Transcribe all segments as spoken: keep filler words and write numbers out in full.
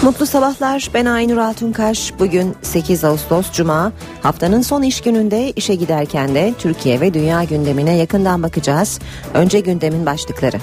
Mutlu sabahlar, ben Aynur Altunkaş. Bugün sekiz Ağustos Cuma, haftanın son iş gününde işe giderken de Türkiye ve dünya gündemine yakından bakacağız. Önce gündemin başlıkları.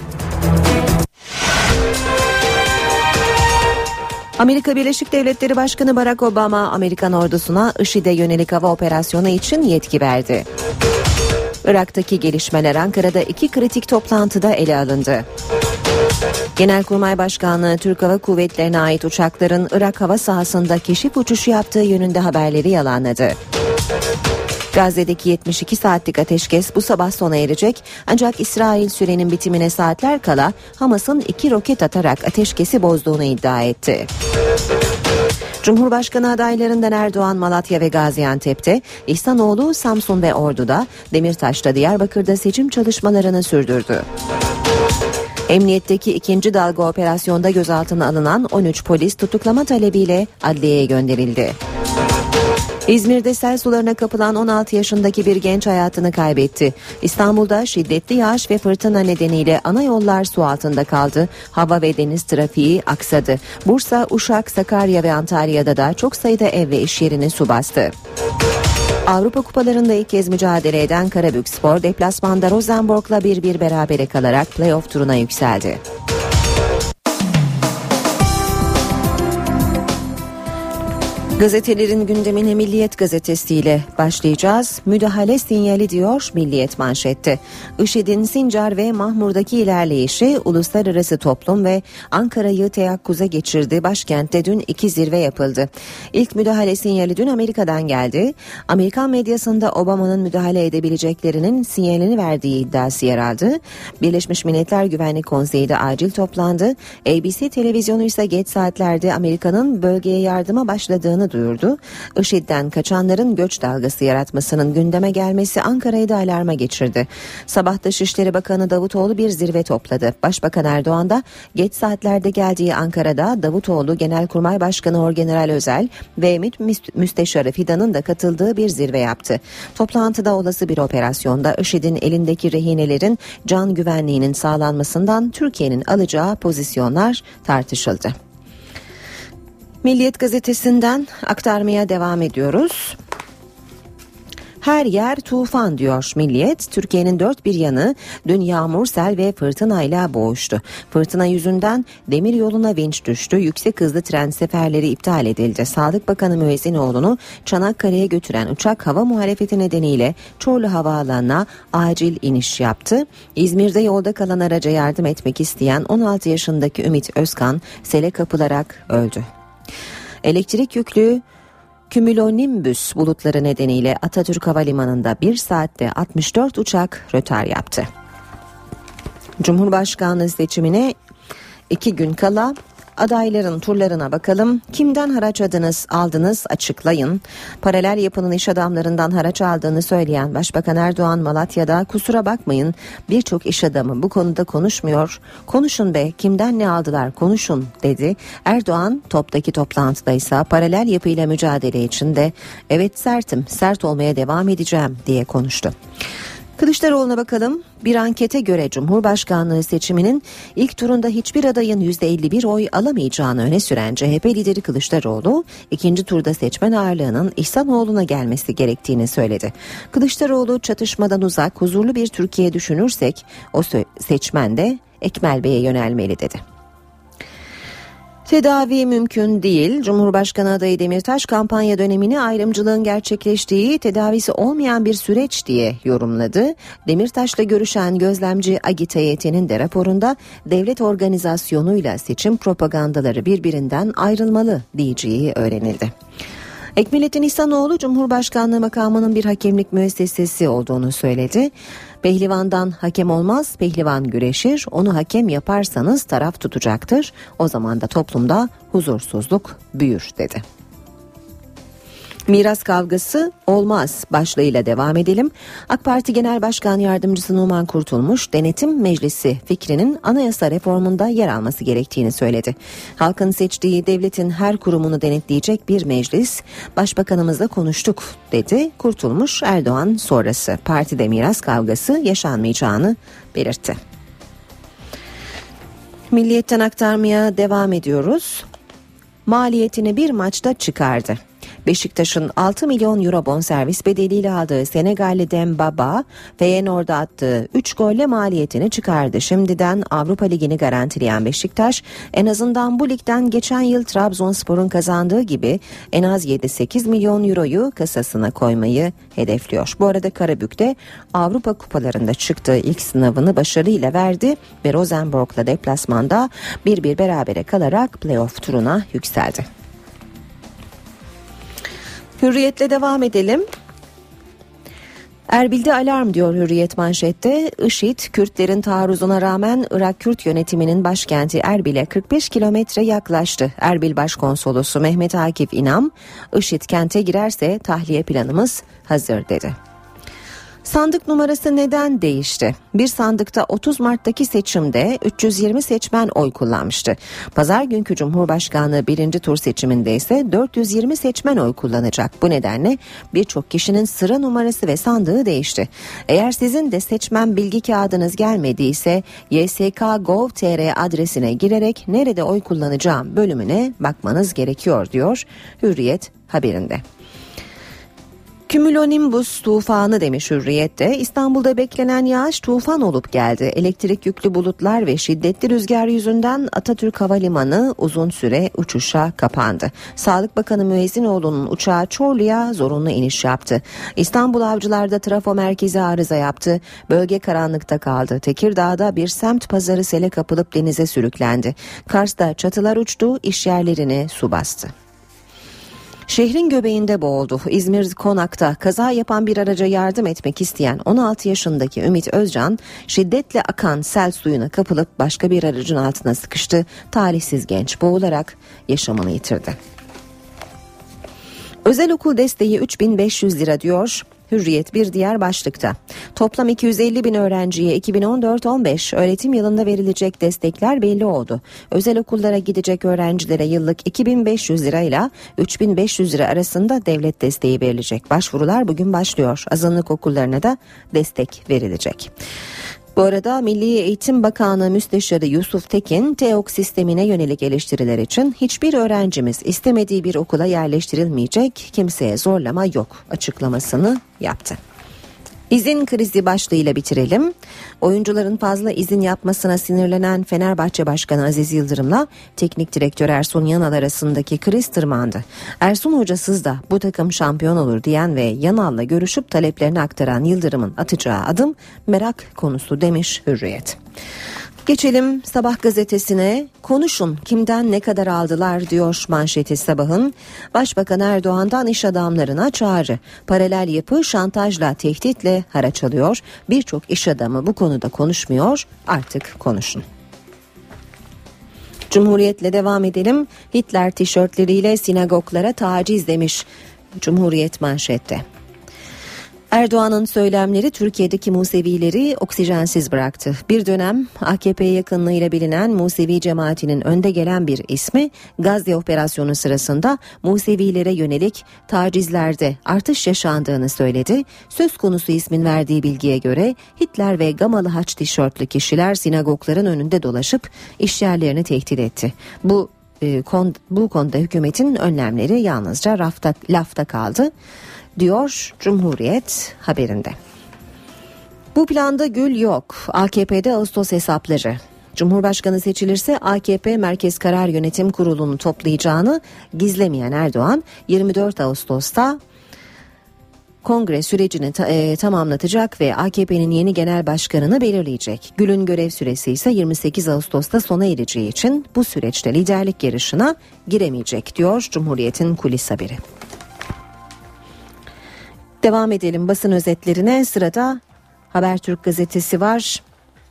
Amerika Birleşik Devletleri Başkanı Barack Obama, Amerikan ordusuna IŞİD'e yönelik hava operasyonu için yetki verdi. Irak'taki gelişmeler Ankara'da iki kritik toplantıda ele alındı. Genelkurmay Başkanlığı Türk Hava Kuvvetleri'ne ait uçakların Irak hava sahasında keşif uçuşu yaptığı yönünde haberleri yalanladı. Gazze'deki yetmiş iki saatlik ateşkes bu sabah sona erecek, ancak İsrail sürenin bitimine saatler kala Hamas'ın iki roket atarak ateşkesi bozduğunu iddia etti. Cumhurbaşkanı adaylarından Erdoğan Malatya ve Gaziantep'te, İhsanoğlu Samsun ve Ordu'da, Demirtaş'ta Diyarbakır'da seçim çalışmalarını sürdürdü. Emniyetteki ikinci dalga operasyonda gözaltına alınan on üç polis tutuklama talebiyle adliyeye gönderildi. İzmir'de sel sularına kapılan on altı yaşındaki bir genç hayatını kaybetti. İstanbul'da şiddetli yağış ve fırtına nedeniyle ana yollar su altında kaldı. Hava ve deniz trafiği aksadı. Bursa, Uşak, Sakarya ve Antalya'da da çok sayıda ev ve iş yerini su bastı. Avrupa Kupalarında ilk kez mücadele eden Karabükspor, deplasmanda Rosenborg'la bir bir berabere kalarak playoff turuna yükseldi. Gazetelerin gündemine Milliyet gazetesiyle başlayacağız. Müdahale sinyali diyor Milliyet manşette. IŞİD'in Sincar ve Mahmur'daki ilerleyişi uluslararası toplum ve Ankara'yı teyakkuza geçirdi. Başkentte dün iki zirve yapıldı. İlk müdahale sinyali dün Amerika'dan geldi. Amerikan medyasında Obama'nın müdahale edebileceklerinin sinyalini verdiği iddiası yer aldı. Birleşmiş Milletler Güvenlik Konseyi de acil toplandı. A B C televizyonu ise geç saatlerde Amerika'nın bölgeye yardıma başladığını duyurdu. IŞİD'den kaçanların göç dalgası yaratmasının gündeme gelmesi Ankara'yı da alarma geçirdi. Sabah Dışişleri Bakanı Davutoğlu bir zirve topladı. Başbakan Erdoğan da geç saatlerde geldiği Ankara'da Davutoğlu, Genelkurmay Başkanı Orgeneral Özel ve MİT Müsteşarı Fidan'ın da katıldığı bir zirve yaptı. Toplantıda olası bir operasyonda IŞİD'in elindeki rehinelerin can güvenliğinin sağlanmasından Türkiye'nin alacağı pozisyonlar tartışıldı. Milliyet gazetesinden aktarmaya devam ediyoruz. Her yer tufan diyor Milliyet. Türkiye'nin dört bir yanı dün yağmur, sel ve fırtınayla boğuştu. Fırtına yüzünden demir yoluna vinç düştü. Yüksek hızlı tren seferleri iptal edildi. Sağlık Bakanı Müezzinoğlu'nu Çanakkale'ye götüren uçak hava muhalefeti nedeniyle Çorlu Havaalanı'na acil iniş yaptı. İzmir'de yolda kalan araca yardım etmek isteyen on altı yaşındaki Ümit Özkan sele kapılarak öldü. Elektrik yüklü kümülonimbüs bulutları nedeniyle Atatürk Havalimanı'nda bir saatte altmış dört uçak rötar yaptı. Cumhurbaşkanlığı seçimine iki gün kala adayların turlarına bakalım. Kimden haraç adınız aldınız açıklayın. Paralel yapının iş adamlarından haraç aldığını söyleyen Başbakan Erdoğan Malatya'da kusura bakmayın birçok iş adamı bu konuda konuşmuyor. Konuşun be, kimden ne aldılar konuşun dedi. Erdoğan TOP'taki toplantıda ise paralel yapıyla mücadele için de evet sertim, sert olmaya devam edeceğim diye konuştu. Kılıçdaroğlu'na bakalım. Bir ankete göre Cumhurbaşkanlığı seçiminin ilk turunda hiçbir adayın yüzde elli bir oy alamayacağını öne süren C H P lideri Kılıçdaroğlu, ikinci turda seçmen ağırlığının İhsanoğlu'na gelmesi gerektiğini söyledi. Kılıçdaroğlu, çatışmadan uzak, huzurlu bir Türkiye düşünürsek o seçmen de Ekmel Bey'e yönelmeli dedi. Tedavi mümkün değil. Cumhurbaşkanı adayı Demirtaş kampanya dönemini ayrımcılığın gerçekleştiği, tedavisi olmayan bir süreç diye yorumladı. Demirtaş'la görüşen gözlemci Agit heyetinin de raporunda devlet organizasyonuyla seçim propagandaları birbirinden ayrılmalı diyeceği öğrenildi. Ekmelettin İhsanoğlu Cumhurbaşkanlığı makamının bir hakemlik müessesesi olduğunu söyledi. Pehlivandan hakem olmaz, pehlivan güreşir. Onu hakem yaparsanız taraf tutacaktır. O zaman da toplumda huzursuzluk büyür dedi. Miras kavgası olmaz başlığıyla devam edelim. AK Parti Genel Başkan Yardımcısı Numan Kurtulmuş, denetim meclisi fikrinin anayasa reformunda yer alması gerektiğini söyledi. Halkın seçtiği devletin her kurumunu denetleyecek bir meclis, başbakanımızla konuştuk dedi. Kurtulmuş, Erdoğan sonrası partide miras kavgası yaşanmayacağını belirtti. Milliyet'ten aktarmaya devam ediyoruz. maliyetini bir maçta çıkardı. Beşiktaş'ın altı milyon euro bonservis bedeliyle aldığı Senegalli Dembaba, Feyenoord'a attığı üç golle maliyetini çıkardı. Şimdiden Avrupa Ligi'ni garantileyen Beşiktaş, en azından bu ligden geçen yıl Trabzonspor'un kazandığı gibi en az yedi sekiz milyon euroyu kasasına koymayı hedefliyor. Bu arada Karabük'te Avrupa kupalarında çıktığı ilk sınavını başarıyla verdi ve Rosenborg'la deplasmanda bir bir berabere kalarak playoff turuna yükseldi. Hürriyetle devam edelim. Erbil'de alarm diyor Hürriyet manşette. IŞİD, Kürtlerin taarruzuna rağmen Irak Kürt yönetiminin başkenti Erbil'e kırk beş kilometre yaklaştı. Erbil Başkonsolosu Mehmet Akif İnam, IŞİD kente girerse tahliye planımız hazır dedi. Sandık numarası neden değişti? Bir sandıkta otuz Mart'taki seçimde üç yüz yirmi seçmen oy kullanmıştı. Pazar günkü Cumhurbaşkanlığı birinci tur seçiminde ise dört yüz yirmi seçmen oy kullanacak. Bu nedenle birçok kişinin sıra numarası ve sandığı değişti. Eğer sizin de seçmen bilgi kağıdınız gelmediyse y s k nokta gov nokta t r adresine girerek nerede oy kullanacağım bölümüne bakmanız gerekiyor diyor Hürriyet haberinde. Cumulonimbus tufanı demiş Hürriyet'te. İstanbul'da beklenen yağış tufan olup geldi. Elektrik yüklü bulutlar ve şiddetli rüzgar yüzünden Atatürk Havalimanı uzun süre uçuşa kapandı. Sağlık Bakanı Müezzinoğlu'nun uçağı Çorlu'ya zorunlu iniş yaptı. İstanbul Avcılar'da trafo merkezi arıza yaptı. Bölge karanlıkta kaldı. Tekirdağ'da bir semt pazarı sele kapılıp denize sürüklendi. Kars'ta çatılar uçtu, iş yerlerini su bastı. Şehrin göbeğinde boğuldu. İzmir Konak'ta kaza yapan bir araca yardım etmek isteyen on altı yaşındaki Ümit Özcan şiddetle akan sel suyuna kapılıp başka bir aracın altına sıkıştı. Talihsiz genç boğularak yaşamını yitirdi. Özel okul desteği üç bin beş yüz lira diyor Hürriyet bir diğer başlıkta. Toplam iki yüz elli bin öğrenciye iki bin on dört on beş öğretim yılında verilecek destekler belli oldu. Özel okullara gidecek öğrencilere yıllık iki bin beş yüz lirayla üç bin beş yüz lira arasında devlet desteği verilecek. Başvurular bugün başlıyor. Azınlık okullarına da destek verilecek. Bu arada Milli Eğitim Bakanı Müsteşarı Yusuf Tekin, TEOK sistemine yönelik eleştiriler için hiçbir öğrencimiz istemediği bir okula yerleştirilmeyecek, kimseye zorlama yok açıklamasını yaptı. İzin krizi başlığıyla bitirelim. Oyuncuların fazla izin yapmasına sinirlenen Fenerbahçe Başkanı Aziz Yıldırım'la teknik direktör Ersun Yanal arasındaki kriz tırmandı. Ersun hocasız da bu takım şampiyon olur diyen ve Yanal'la görüşüp taleplerini aktaran Yıldırım'ın atacağı adım merak konusu demiş Hürriyet. Geçelim Sabah gazetesine. Konuşun kimden ne kadar aldılar diyor manşeti Sabah'ın. Başbakan Erdoğan'dan iş adamlarına çağrı. Paralel yapı şantajla, tehditle haraç alıyor. Birçok iş adamı bu konuda konuşmuyor. Artık konuşun. Cumhuriyet'le devam edelim. Hitler tişörtleriyle sinagoglara taciz demiş Cumhuriyet manşette. Erdoğan'ın söylemleri Türkiye'deki Musevileri oksijensiz bıraktı. Bir dönem A K P yakınlığıyla bilinen Musevi cemaatinin önde gelen bir ismi Gazze operasyonu sırasında Musevilere yönelik tacizlerde artış yaşandığını söyledi. Söz konusu ismin verdiği bilgiye göre Hitler ve Gamalı Haç tişörtlü kişiler sinagogların önünde dolaşıp işyerlerini tehdit etti. Bu e, kon, bu konuda hükümetin önlemleri yalnızca rafta, lafta kaldı diyor Cumhuriyet haberinde. Bu planda gül yok. A K P'de Ağustos hesapları. Cumhurbaşkanı seçilirse A K P Merkez Karar Yönetim Kurulu'nu toplayacağını gizlemeyen Erdoğan yirmi dört Ağustos'ta kongre sürecini ta- e, tamamlatacak ve A K P'nin yeni genel başkanını belirleyecek. Gül'ün görev süresi ise yirmi sekiz Ağustos'ta sona ereceği için bu süreçte liderlik yarışına giremeyecek diyor Cumhuriyet'in kulis haberi. Devam edelim basın özetlerine. Sırada Habertürk gazetesi var.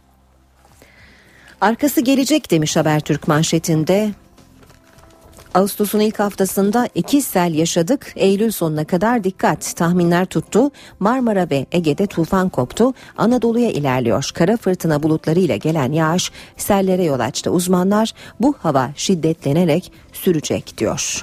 Arkası gelecek demiş Habertürk manşetinde. Ağustos'un ilk haftasında ikiz sel yaşadık. Eylül sonuna kadar dikkat. Tahminler tuttu. Marmara ve Ege'de tufan koptu. Anadolu'ya ilerliyor. Kara fırtına bulutlarıyla gelen yağış sellere yol açtı. Uzmanlar bu hava şiddetlenerek sürecek diyor.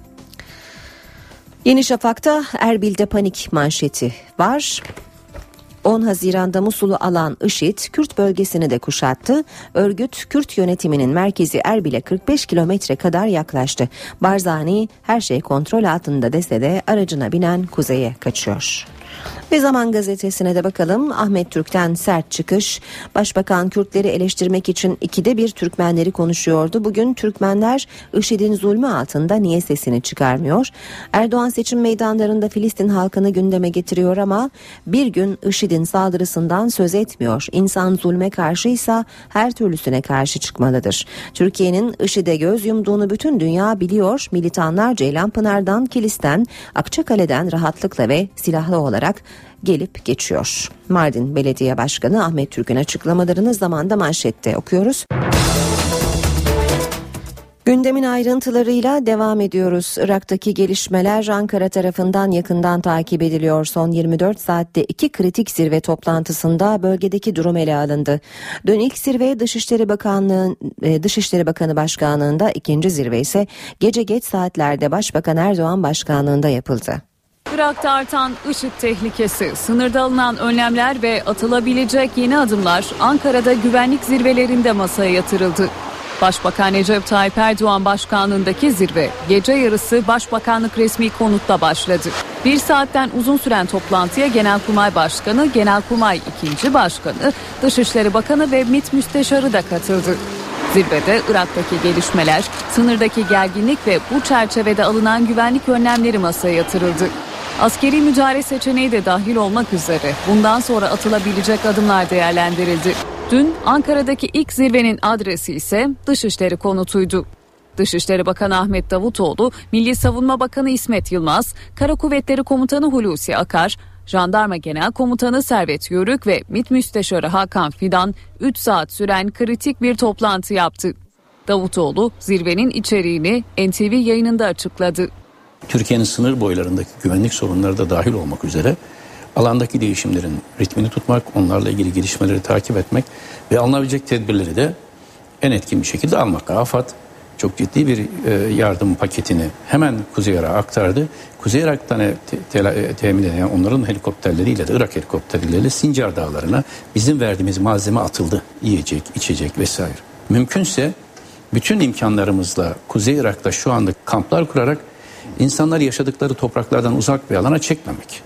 Yeni Şafak'ta Erbil'de panik manşeti var. on Haziran'da Musul'u alan IŞİD, Kürt bölgesini de kuşattı. Örgüt, Kürt yönetiminin merkezi Erbil'e kırk beş kilometre kadar yaklaştı. Barzani her şey kontrol altında dese de aracına binen kuzeye kaçıyor. Ve Zaman Gazetesi'ne de bakalım. Ahmet Türk'ten sert çıkış. Başbakan Kürtleri eleştirmek için ikide bir Türkmenleri konuşuyordu. Bugün Türkmenler IŞİD'in zulmü altında niye sesini çıkarmıyor? Erdoğan seçim meydanlarında Filistin halkını gündeme getiriyor ama bir gün IŞİD'in saldırısından söz etmiyor. İnsan zulme karşıysa her türlüsüne karşı çıkmalıdır. Türkiye'nin IŞİD'e göz yumduğunu bütün dünya biliyor. Militanlar Ceylanpınar'dan, Kilis'ten, Akçakale'den rahatlıkla ve silahlı olarak gelip geçiyor. Mardin Belediye Başkanı Ahmet Türk'ün açıklamalarını Zaman'da manşette okuyoruz. Gündemin ayrıntılarıyla devam ediyoruz. Irak'taki gelişmeler Ankara tarafından yakından takip ediliyor. Son yirmi dört saatte iki kritik zirve toplantısında bölgedeki durum ele alındı. Dün ilk zirve Dışişleri Bakanlığı Dışişleri Bakanı Başkanlığında, ikinci zirve ise gece geç saatlerde Başbakan Erdoğan Başkanlığında yapıldı. Irak'ta artan IŞİD tehlikesi, sınırda alınan önlemler ve atılabilecek yeni adımlar Ankara'da güvenlik zirvelerinde masaya yatırıldı. Başbakan Recep Tayyip Erdoğan başkanlığındaki zirve gece yarısı Başbakanlık resmi konutta başladı. Bir saatten uzun süren toplantıya Genelkurmay Başkanı, Genelkurmay ikinci Başkanı, Dışişleri Bakanı ve MİT Müsteşarı da katıldı. Zirvede Irak'taki gelişmeler, sınırdaki gerginlik ve bu çerçevede alınan güvenlik önlemleri masaya yatırıldı. Askeri müdahale seçeneği de dahil olmak üzere bundan sonra atılabilecek adımlar değerlendirildi. Dün Ankara'daki ilk zirvenin adresi ise Dışişleri konutuydu. Dışişleri Bakanı Ahmet Davutoğlu, Milli Savunma Bakanı İsmet Yılmaz, Kara Kuvvetleri Komutanı Hulusi Akar, Jandarma Genel Komutanı Servet Yörük ve MİT Müsteşarı Hakan Fidan üç saat süren kritik bir toplantı yaptı. Davutoğlu zirvenin içeriğini N T V yayınında açıkladı. Türkiye'nin sınır boylarındaki güvenlik sorunları da dahil olmak üzere alandaki değişimlerin ritmini tutmak, onlarla ilgili gelişmeleri takip etmek ve alınabilecek tedbirleri de en etkin bir şekilde almak. AFAD çok ciddi bir yardım paketini hemen Kuzey Irak'a aktardı. Kuzey Irak'tan te- te- temin eden yani onların helikopterleriyle de Irak helikopterleriyle Sincar Dağları'na bizim verdiğimiz malzeme atıldı. Yiyecek, içecek vesaire. Mümkünse bütün imkanlarımızla Kuzey Irak'ta şu anda kamplar kurarak İnsanlar yaşadıkları topraklardan uzak bir alana çekmemek.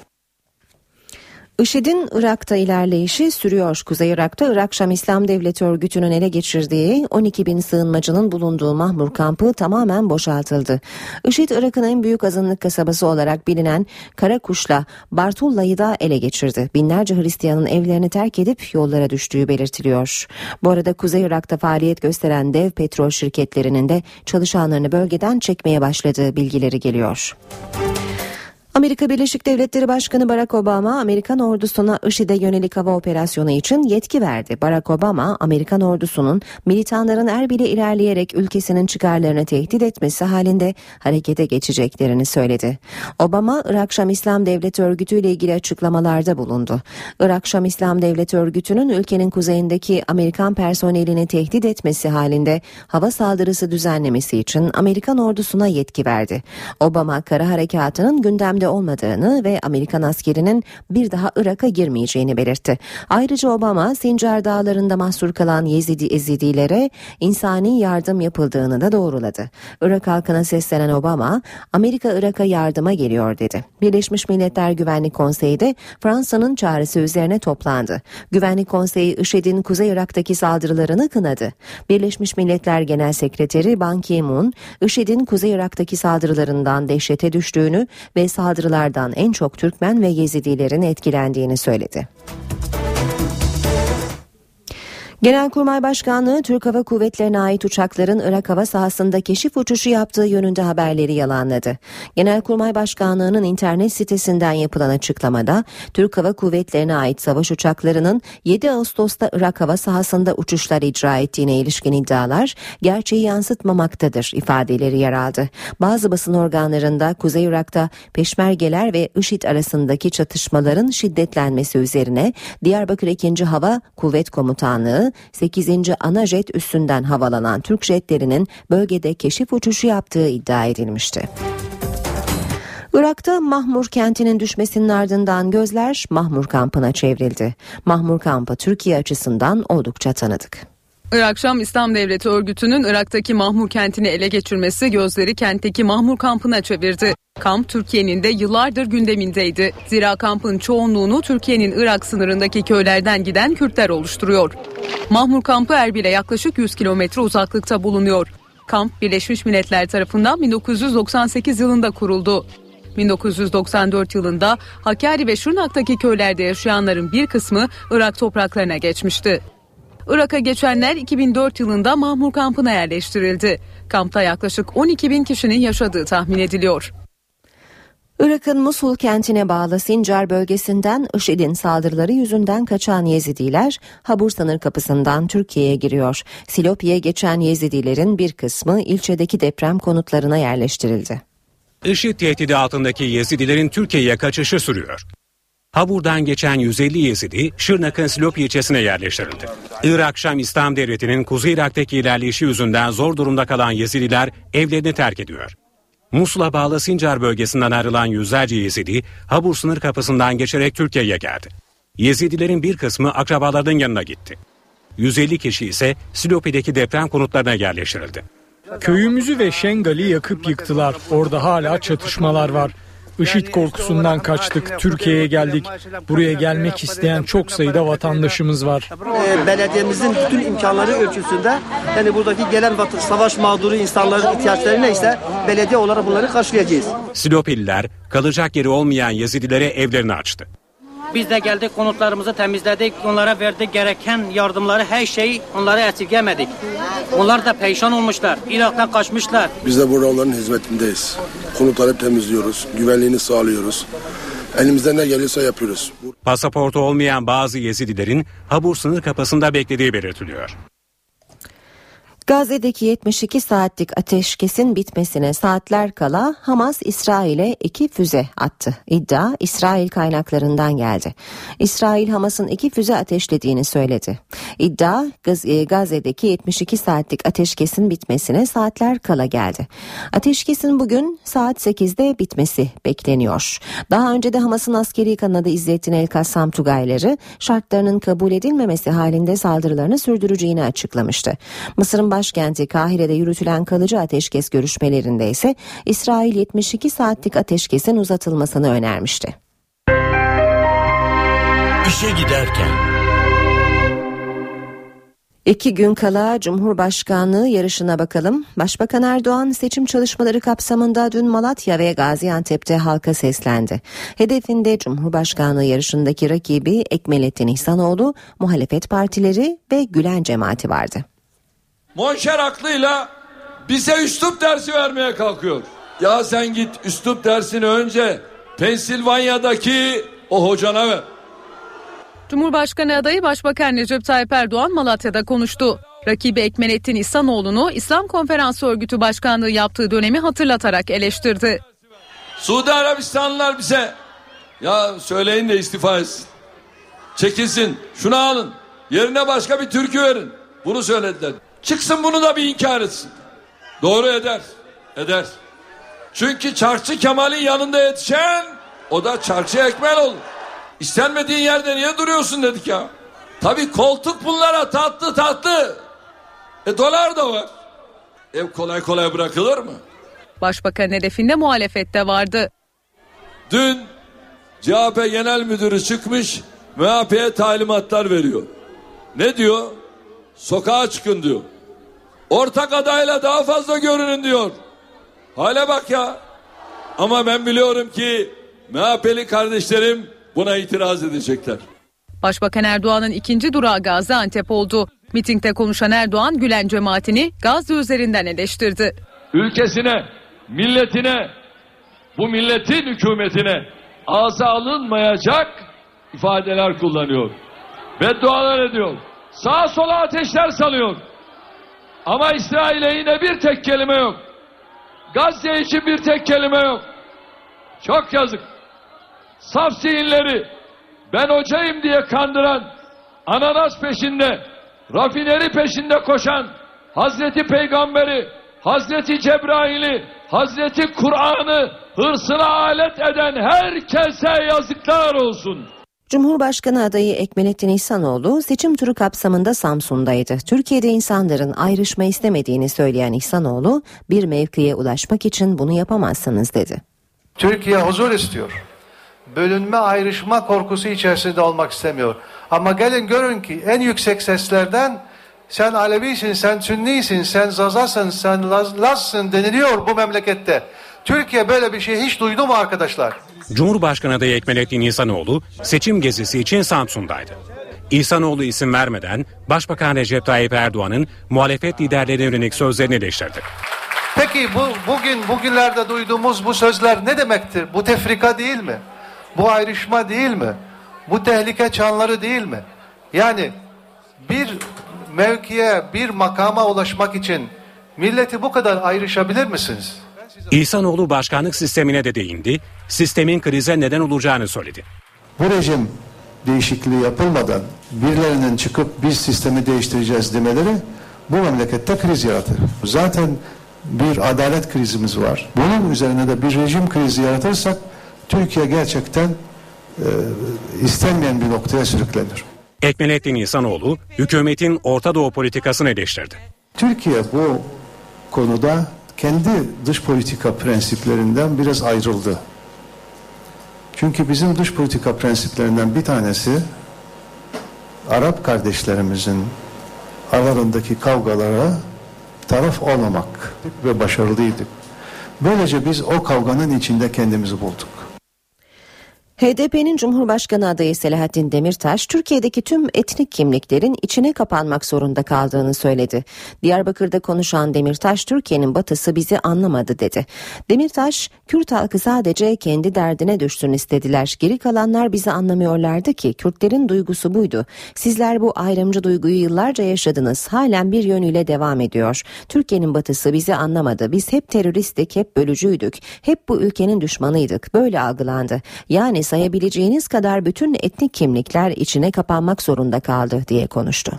IŞİD'in Irak'ta ilerleyişi sürüyor. Kuzey Irak'ta Irak Şam İslam Devleti örgütünün ele geçirdiği on iki bin sığınmacının bulunduğu Mahmur kampı tamamen boşaltıldı. IŞİD, Irak'ın en büyük azınlık kasabası olarak bilinen Karakuş'la Bartulla'yı da ele geçirdi. Binlerce Hristiyanın evlerini terk edip yollara düştüğü belirtiliyor. Bu arada Kuzey Irak'ta faaliyet gösteren dev petrol şirketlerinin de çalışanlarını bölgeden çekmeye başladığı bilgileri geliyor. Amerika Birleşik Devletleri Başkanı Barack Obama, Amerikan ordusuna IŞİD'e yönelik hava operasyonu için yetki verdi. Barack Obama, Amerikan ordusunun militanların Erbil'e ilerleyerek ülkesinin çıkarlarını tehdit etmesi halinde harekete geçeceklerini söyledi. Obama, Irak Şam İslam Devleti Örgütü ile ilgili açıklamalarda bulundu. Irak Şam İslam Devleti Örgütü'nün ülkenin kuzeyindeki Amerikan personelini tehdit etmesi halinde hava saldırısı düzenlemesi için Amerikan ordusuna yetki verdi. Obama, kara harekatının gündemde olmadığını ve Amerikan askerinin bir daha Irak'a girmeyeceğini belirtti. Ayrıca Obama, Sincar Dağları'nda mahsur kalan Yezidi Ezidilere insani yardım yapıldığını da doğruladı. Irak halkına seslenen Obama, Amerika Irak'a yardıma geliyor dedi. Birleşmiş Milletler Güvenlik Konseyi de Fransa'nın çağrısı üzerine toplandı. Güvenlik Konseyi IŞİD'in Kuzey Irak'taki saldırılarını kınadı. Birleşmiş Milletler Genel Sekreteri Ban Ki-moon, IŞİD'in Kuzey Irak'taki saldırılarından dehşete düştüğünü ve saldırılardan en çok Türkmen ve Yezidilerin etkilendiğini söyledi. Genelkurmay Başkanlığı, Türk Hava Kuvvetleri'ne ait uçakların Irak hava sahasında keşif uçuşu yaptığı yönünde haberleri yalanladı. Genelkurmay Başkanlığı'nın internet sitesinden yapılan açıklamada, Türk Hava Kuvvetleri'ne ait savaş uçaklarının yedi Ağustos'ta Irak hava sahasında uçuşlar icra ettiğine ilişkin iddialar gerçeği yansıtmamaktadır ifadeleri yer aldı. Bazı basın organlarında Kuzey Irak'ta Peşmergeler ve IŞİD arasındaki çatışmaların şiddetlenmesi üzerine Diyarbakır ikinci Hava Kuvvet Komutanlığı, sekizinci ana jet üssünden havalanan Türk jetlerinin bölgede keşif uçuşu yaptığı iddia edilmişti. Irak'ta Mahmur kentinin düşmesinin ardından gözler Mahmur kampına çevrildi. Mahmur kampı Türkiye açısından oldukça tanıdık. Irak Şam İslam Devleti örgütünün Irak'taki Mahmur kentini ele geçirmesi gözleri kentteki Mahmur kampına çevirdi. Kamp Türkiye'nin de yıllardır gündemindeydi. Zira kampın çoğunluğunu Türkiye'nin Irak sınırındaki köylerden giden Kürtler oluşturuyor. Mahmur kampı Erbil'e yaklaşık yüz kilometre uzaklıkta bulunuyor. Kamp Birleşmiş Milletler tarafından bin dokuz yüz doksan sekiz yılında kuruldu. bin dokuz yüz doksan dört yılında Hakkari ve Şırnak'taki köylerde yaşayanların bir kısmı Irak topraklarına geçmişti. Irak'a geçenler iki bin dört yılında Mahmur kampına yerleştirildi. Kampta yaklaşık on iki bin kişinin yaşadığı tahmin ediliyor. Irak'ın Musul kentine bağlı Sincar bölgesinden IŞİD'in saldırıları yüzünden kaçan Yezidiler Habur sınır kapısından Türkiye'ye giriyor. Silopi'ye geçen Yezidilerin bir kısmı ilçedeki deprem konutlarına yerleştirildi. IŞİD tehdidi altındaki Yezidilerin Türkiye'ye kaçışı sürüyor. Habur'dan geçen yüz elli Yezidi Şırnak'ın Silopi ilçesine yerleştirildi. Irak Şam İslam Devleti'nin Kuzey Irak'taki ilerleyişi yüzünden zor durumda kalan Yezidiler evlerini terk ediyor. Musul'a bağlı Sincar bölgesinden ayrılan yüzlerce Yezidi Habur sınır kapısından geçerek Türkiye'ye geldi. Yezidilerin bir kısmı akrabalarının yanına gitti. yüz elli kişi ise Silopi'deki deprem konutlarına yerleştirildi. Köyümüzü ve Şengal'i yakıp yıktılar. Orada hala çatışmalar var. IŞİD korkusundan kaçtık, Türkiye'ye geldik. Buraya gelmek isteyen çok sayıda vatandaşımız var. Belediyemizin bütün imkanları ölçüsünde, yani buradaki gelen savaş mağduru insanların ihtiyaçları neyse belediye olarak bunları karşılayacağız. Silopililer kalacak yeri olmayan Yezidilere evlerini açtı. Biz de geldik, konutlarımızı temizledik, onlara verdik gereken yardımları, her şeyi onlara esirgemedik. Onlar da perişan olmuşlar, Irak'tan kaçmışlar. Biz de burada onların hizmetindeyiz. Konutları temizliyoruz, güvenliğini sağlıyoruz. Elimizden ne gelirse yapıyoruz. Pasaportu olmayan bazı Yezidilerin Habur sınır kapısında beklediği belirtiliyor. Gazze'deki yetmiş iki saatlik ateşkesin bitmesine saatler kala Hamas İsrail'e iki füze attı. İddia İsrail kaynaklarından geldi. İsrail Hamas'ın iki füze ateşlediğini söyledi. İddia Gazze'deki yetmiş iki saatlik ateşkesin bitmesine saatler kala geldi. Ateşkesin bugün saat sekizde bitmesi bekleniyor. Daha önce de Hamas'ın askeri kanadı İzzettin El-Kassam Tugayları şartlarının kabul edilmemesi halinde saldırılarını sürdüreceğini açıklamıştı. Mısır'ın başkenti Kahire'de yürütülen kalıcı ateşkes görüşmelerinde ise İsrail yetmiş iki saatlik ateşkesin uzatılmasını önermişti. İşe giderken. İki gün kala Cumhurbaşkanlığı yarışına bakalım. Başbakan Erdoğan seçim çalışmaları kapsamında dün Malatya ve Gaziantep'te halka seslendi. Hedefinde Cumhurbaşkanlığı yarışındaki rakibi Ekmelettin İhsanoğlu, muhalefet partileri ve Gülen cemaati vardı. Monşer aklıyla bize üslup dersi vermeye kalkıyor. Ya sen git üslup dersini önce Pensilvanya'daki o hocana ver. Cumhurbaşkanı adayı Başbakan Recep Tayyip Erdoğan Malatya'da konuştu. Rakibi Ekmelettin İhsanoğlu'nu İslam Konferansı Örgütü Başkanlığı yaptığı dönemi hatırlatarak eleştirdi. Suudi Arabistanlılar bize ya söyleyin de istifa etsin. Çekilsin, şunu alın, yerine başka bir türkü verin. Bunu söylediler. Çıksın bunu da bir inkar etsin. Doğru eder, eder. Çünkü Çarkçı Kemal'in yanında yetişen o da Çarkçı Ekmel olur. İstenmediğin yerde niye duruyorsun dedik ya. Tabii koltuk bunlara tatlı tatlı. E dolar da var. Ev kolay kolay bırakılır mı? Başbakan hedefinde muhalefette vardı. Dün C H P Genel Müdürü çıkmış M H P'ye talimatlar veriyor. Ne diyor? Sokağa çıkın diyor. Ortak adayla daha fazla görünün diyor. Hale bak ya. Ama ben biliyorum ki M H P'li kardeşlerim buna itiraz edecekler. Başbakan Erdoğan'ın ikinci durağı Gaziantep oldu. Mitingde konuşan Erdoğan Gülen cemaatini Gazze üzerinden eleştirdi. Ülkesine, milletine, bu milletin hükümetine ağza alınmayacak ifadeler kullanıyor. Beddualar ediyor. Sağa sola ateşler salıyor. Ama İsrail'e yine bir tek kelime yok. Gazze için bir tek kelime yok. Çok yazık. Saf zihinleri ben hocayım diye kandıran, ananas peşinde, rafineri peşinde koşan, Hazreti Peygamberi, Hazreti Cebrail'i, Hazreti Kur'an'ı hırsına alet eden herkese yazıklar olsun. Cumhurbaşkanı adayı Ekmelettin İhsanoğlu seçim turu kapsamında Samsun'daydı. Türkiye'de insanların ayrışma istemediğini söyleyen İhsanoğlu, bir mevkiye ulaşmak için bunu yapamazsınız dedi. Türkiye huzur istiyor. Bölünme, ayrışma korkusu içerisinde olmak istemiyor. Ama gelin görün ki en yüksek seslerden sen Alevisin, sen Sünnisin, sen Zazasın, sen Laz, Lazsın deniliyor bu memlekette. Türkiye böyle bir şey hiç duydu mu arkadaşlar? Cumhurbaşkanı adayı Ekmelettin İhsanoğlu seçim gezisi için Samsun'daydı. İhsanoğlu isim vermeden Başbakan Recep Tayyip Erdoğan'ın muhalefet liderlerine yönelik sözlerini eleştirdi. Peki bu bugün bugünlerde duyduğumuz bu sözler ne demektir? Bu tefrika değil mi? Bu ayrışma değil mi? Bu tehlike çanları değil mi? Yani bir mevkiye, bir makama ulaşmak için milleti bu kadar ayrışabilir misiniz? İhsanoğlu başkanlık sistemine de değindi, sistemin krize neden olacağını söyledi. Bu rejim değişikliği yapılmadan birilerinin çıkıp biz sistemi değiştireceğiz demeleri bu memlekette kriz yaratır. Zaten bir adalet krizimiz var. Bunun üzerine de bir rejim krizi yaratırsak Türkiye gerçekten e, istenmeyen bir noktaya sürüklenir. Ekmelettin İhsanoğlu hükümetin Orta Doğu politikasını eleştirdi. Türkiye bu konuda kendi dış politika prensiplerinden biraz ayrıldı. Çünkü bizim dış politika prensiplerinden bir tanesi Arap kardeşlerimizin aralarındaki kavgalara taraf olmamak ve başarılıydık. Böylece biz o kavganın içinde kendimizi bulduk. H D P'nin Cumhurbaşkanı adayı Selahattin Demirtaş, Türkiye'deki tüm etnik kimliklerin içine kapanmak zorunda kaldığını söyledi. Diyarbakır'da konuşan Demirtaş, Türkiye'nin batısı bizi anlamadı dedi. Demirtaş, Kürt halkı sadece kendi derdine düşsün istediler. Geri kalanlar bizi anlamıyorlardı ki, Kürtlerin duygusu buydu. Sizler bu ayrımcı duyguyu yıllarca yaşadınız, halen bir yönüyle devam ediyor. Türkiye'nin batısı bizi anlamadı. Biz hep teröristtik, hep bölücüydük, hep bu ülkenin düşmanıydık. Böyle algılandı. Yani sayabileceğiniz kadar bütün etnik kimlikler içine kapanmak zorunda kaldı diye konuştu.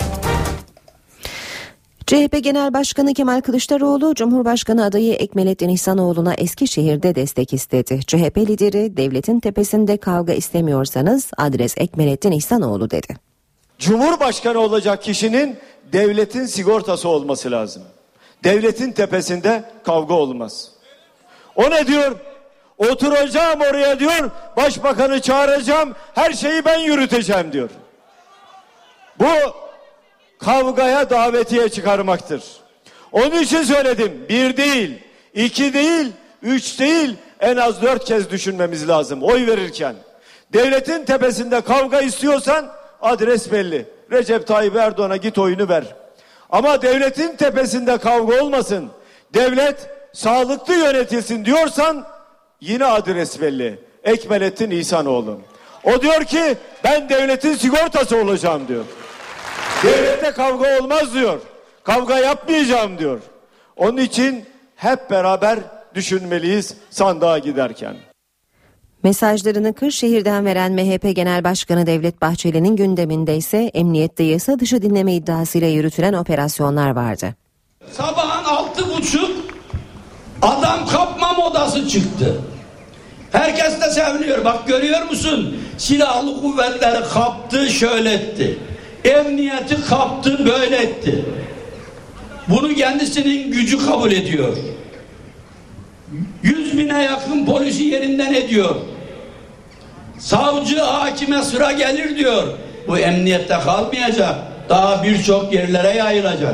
C H P Genel Başkanı Kemal Kılıçdaroğlu, Cumhurbaşkanı adayı Ekmelettin İhsanoğlu'na Eskişehir'de destek istedi. C H P lideri, devletin tepesinde kavga istemiyorsanız adres Ekmelettin İhsanoğlu dedi. Cumhurbaşkanı olacak kişinin devletin sigortası olması lazım. Devletin tepesinde kavga olmaz. O ne diyor? Oturacağım oraya diyor, başbakanı çağıracağım, her şeyi ben yürüteceğim diyor. Bu kavgaya davetiye çıkarmaktır. Onun için söyledim, bir değil, iki değil, üç değil, en az dört kez düşünmemiz lazım oy verirken. Devletin tepesinde kavga istiyorsan adres belli. Recep Tayyip Erdoğan'a git oyunu ver. Ama devletin tepesinde kavga olmasın, devlet sağlıklı yönetilsin diyorsan yine adres belli. Ekmelettin İhsanoğlu. O diyor ki ben devletin sigortası olacağım diyor. Devlette kavga olmaz diyor. Kavga yapmayacağım diyor. Onun için hep beraber düşünmeliyiz sandığa giderken. Mesajlarını Kırşehir'den veren M H P Genel Başkanı Devlet Bahçeli'nin gündeminde ise emniyette yasa dışı dinleme iddiasıyla yürütülen operasyonlar vardı. Sabahın altı buçuk adam kapma modası çıktı. Herkes de seviniyor. Bak görüyor musun? Silahlı kuvvetleri kaptı, şöyle etti. Emniyeti kaptı, böyle etti. Bunu kendisinin gücü kabul ediyor. Yüz bine yakın polisi yerinden ediyor. Savcı, hakime sıra gelir diyor. Bu emniyette kalmayacak. Daha birçok yerlere yayılacak.